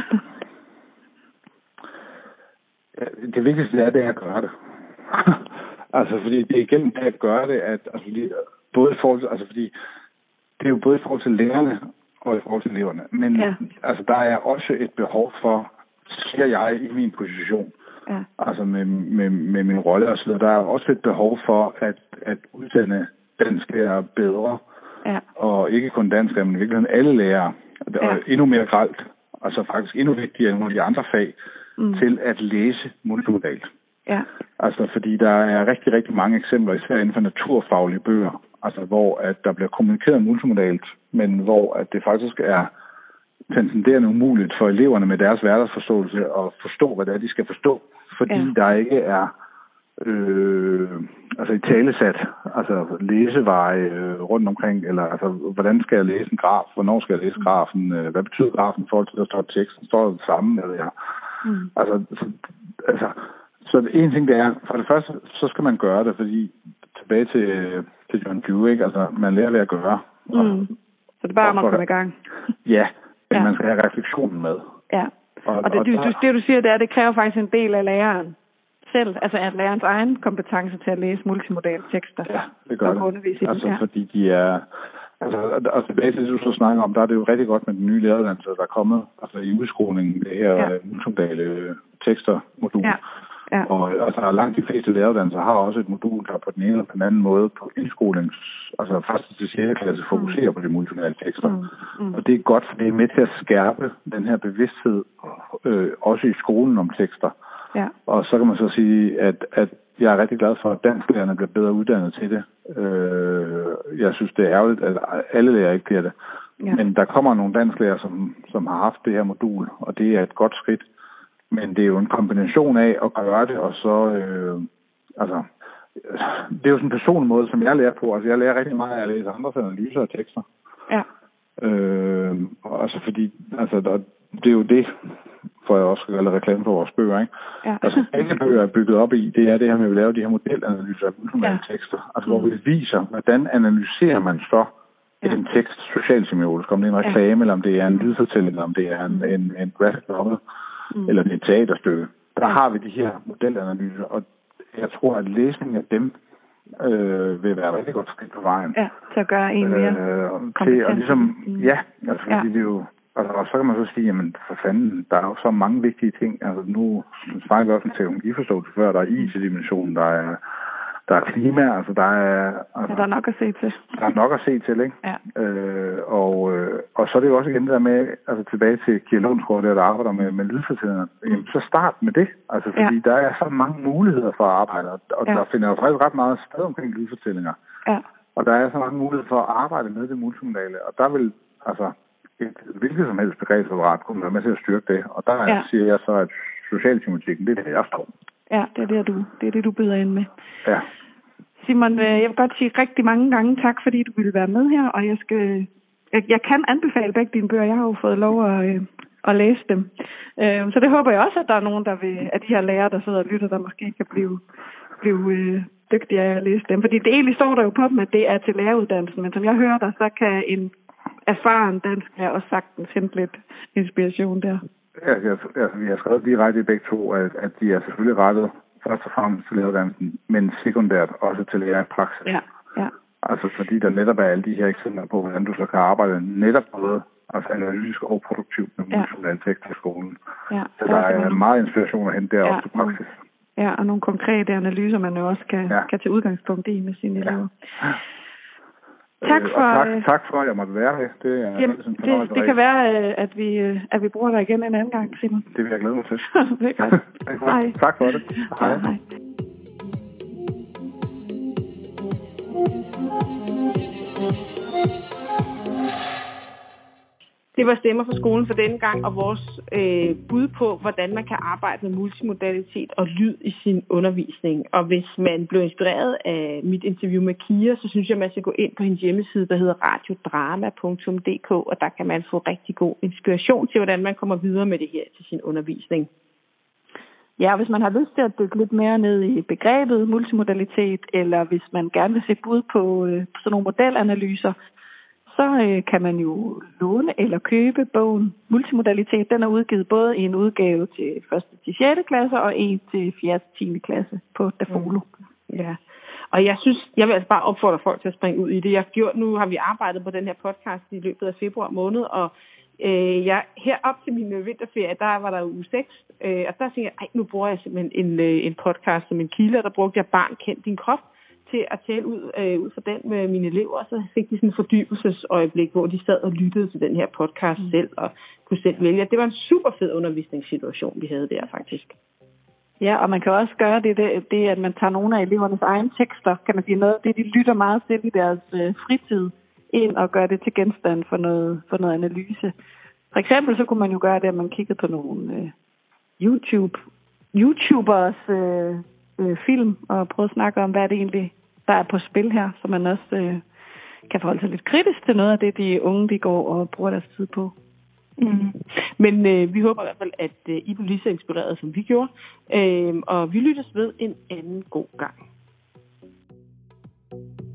Ja, det vigtigste er, det er at gøre det. altså, fordi det er igennem det at gøre det, at altså, både i forhold til, altså, fordi det er jo både i forhold til lærerne og i forhold til eleverne. Men ja. altså, der er også et behov for, siger jeg i min position, ja. altså med, med, med min rolle og så videre. Der er også et behov for at, at uddanne dansk lærere bedre. Ja. Og ikke kun dansk, men i virkeligheden alle lærere. Ja. Og endnu mere grelt, altså faktisk endnu vigtigere end nogle af de andre fag, mm. til at læse multimodalt. Ja. Altså fordi der er rigtig, rigtig mange eksempler, især inden for naturfaglige bøger, altså hvor at der bliver kommunikeret multimodalt, men hvor at det faktisk er transcenderende umuligt for eleverne med deres hverdagsforståelse at forstå, hvad det er, de skal forstå, fordi ja. der ikke er øh, altså i talesat, altså læseveje øh, rundt omkring, eller altså, hvordan skal jeg læse en graf, hvornår skal jeg læse grafen, øh, hvad betyder grafen i forhold til, der står teksten, står det samme, eller ja. Mm. Altså, så, altså, så en ting det er, for det første, så skal man gøre det, fordi tilbage til, til John Dewey, ikke? Altså, man lærer ved at gøre. Og, mm. Så det er bare om at komme i gang. Ja, men ja. man skal have refleksionen med. Ja, og, og, det, og du, der... det du siger, det er, det kræver faktisk en del af læreren selv, altså at lærerens egen kompetence til at læse multimodale tekster. Ja, det gør det. Altså ja. fordi de er, altså og tilbage til det, du så snakker om, der er det jo rigtig godt med den nye læreruddannelse, der er kommet, altså i udskolingen, det her ja. multimodale tekster-modul. Ja. Ja. Og altså, langt de fleste læreruddannelser har også et modul, der på den ene eller på den anden måde på indskolings, altså første til sjette klasse fokuserer mm. på de multimodale tekster. Mm. Mm. Og det er godt, for det er med til at skærpe den her bevidsthed, øh, også i skolen om tekster. Ja. Og så kan man så sige, at, at jeg er rigtig glad for, at dansklærerne bliver bedre uddannet til det. Øh, jeg synes, det er ærgerligt, at alle lærere ikke bliver det. Ja. Men der kommer nogle dansklærer, som, som har haft det her modul, og det er et godt skridt. Men det er jo en kombination af at gøre det, og så, øh, altså, det er jo sådan en personlig måde, som jeg lærer på. Altså, jeg lærer rigtig meget af at læse andres analyser af tekster. Ja. Øh, altså, fordi, altså, der, det er jo det, for jeg også skal reklame for vores bøger, ikke? Ja. Altså, alle bøger er bygget op i, det er det her med at lave de her modelanalyser af multimodale ja. tekster. Altså, hvor vi viser, hvordan analyserer man så ja. en tekst socialsemiotisk, om det er en reklame, ja. eller om det er en lydfortælling, eller om det er en, en, en graphic novel. Mm. eller det er et teaterstykke. Der har vi de her modelanalyser, og jeg tror, at læsningen af dem øh, vil være rigtig godt skridt på vejen. Ja, til at gøre en mere øh, til at ligesom, mm. ja, altså, ja. Det er jo, Altså, og så kan man så sige, jamen for fanden, der er jo så mange vigtige ting. Altså nu snakker vi også om teknologiforståelse før, der er I T-dimensionen, der er, der er klima, altså der er... Altså, ja, der er nok at se til. Der er nok at se til, ikke? Ja. Øh, og, øh, og så er det jo også igen det der med, altså tilbage til Kia Lundsgaard, der, der arbejder med, med lydfortællinger. Jamen, så start med det. Altså fordi ja. Der er så mange muligheder for at arbejde, og ja. Der finder jo faktisk ret meget sted omkring lydfortællinger. Ja. Og der er så mange muligheder for at arbejde med det multimodale, og der vil altså et hvilket som helst begrebsapparat kunne være med til at styrke det. Og der ja. Siger jeg så, at socialtematikken, det er det, jeg står. Ja, det er det, du, det er det, du byder ind med. Ja. Simon, jeg vil godt sige rigtig mange gange tak, fordi du ville være med her, og jeg skal, jeg, jeg kan anbefale begge dine bøger. Jeg har jo fået lov at, at læse dem. Så det håber jeg også, at der er nogen, der vil, af de her lærere, der sidder og lytter, der måske kan blive, blive dygtige af at læse dem. Fordi det egentlig står der jo på dem, at det er til læreruddannelsen, men som jeg hører dig, så kan en erfaren dansk lærer også sagtens hente lidt inspiration der. Ja, altså, vi har skrevet direkte i begge to, at, at de er selvfølgelig rettet først og fremmest til læreruddannelsen, men sekundært også til lærer i praksis. Ja, ja. Altså fordi der netop er alle de her eksempler på, hvordan du så kan arbejde netop både altså analytisk og produktivt med multimodal tekst i skolen. Ja, så der, der er nogle... meget inspiration at hente der ja, også til praksis. Ja, og nogle konkrete analyser, man jo også kan, ja. kan tage udgangspunkt i med sine elever. Ja. Tak for, øh, tak, tak for, at jeg måtte være her. Det, er jamen, det, det kan være, at vi, at vi bruger dig igen en anden gang, Simon. Det vil jeg glæde mig til. Det er godt. Hej. Tak for det. Hej. Hej. Det var Stemmer fra skolen for denne gang, og vores øh, bud på, hvordan man kan arbejde med multimodalitet og lyd i sin undervisning. Og hvis man blev inspireret af mit interview med Kia, så synes jeg, man skal gå ind på hendes hjemmeside, der hedder radiodrama punktum d k, og der kan man få rigtig god inspiration til, hvordan man kommer videre med det her til sin undervisning. Ja, hvis man har lyst til at dykke lidt mere ned i begrebet multimodalitet, eller hvis man gerne vil se bud på, øh, på sådan nogle modelanalyser, så øh, kan man jo låne eller købe bogen Multimodalitet. Den er udgivet både i en udgave til første til sjette klasse og en til fjerde til tiende klasse på Dafolo. Mm. Ja. Og jeg synes, jeg vil altså bare opfordre folk til at springe ud i det. Jeg har gjort, nu har vi arbejdet på den her podcast i løbet af februar måned, og øh, jeg, her op til min vinterferie, der var der uge seks, øh, og der tænkte jeg, ej, nu bruger jeg simpelthen en, øh, en podcast som en kilde, og der brugte jeg Barn Kend Din Krop til at tale ud, øh, ud fra den med mine elever, så fik de sådan en fordybelsesøjeblik, hvor de sad og lyttede til den her podcast mm. selv, og kunne selv vælge. Det var en super fed undervisningssituation, vi havde der faktisk. Ja, og man kan også gøre det, det, det at man tager nogle af elevernes egne tekster, kan man sige noget, det de lytter meget til i deres øh, fritid, ind og gøre det til genstand for noget, for noget analyse. For eksempel så kunne man jo gøre det, at man kiggede på nogle øh, YouTube, YouTubers øh, øh, film, og prøve at snakke om, hvad er det egentlig, der er på spil her, så man også øh, kan forholde sig lidt kritisk til noget af det, de unge de går og bruger deres tid på. Mm. Men øh, vi håber i hvert fald, at øh, I blev lige så inspireret, som vi gjorde. Øh, og vi lyttes ved en anden god gang.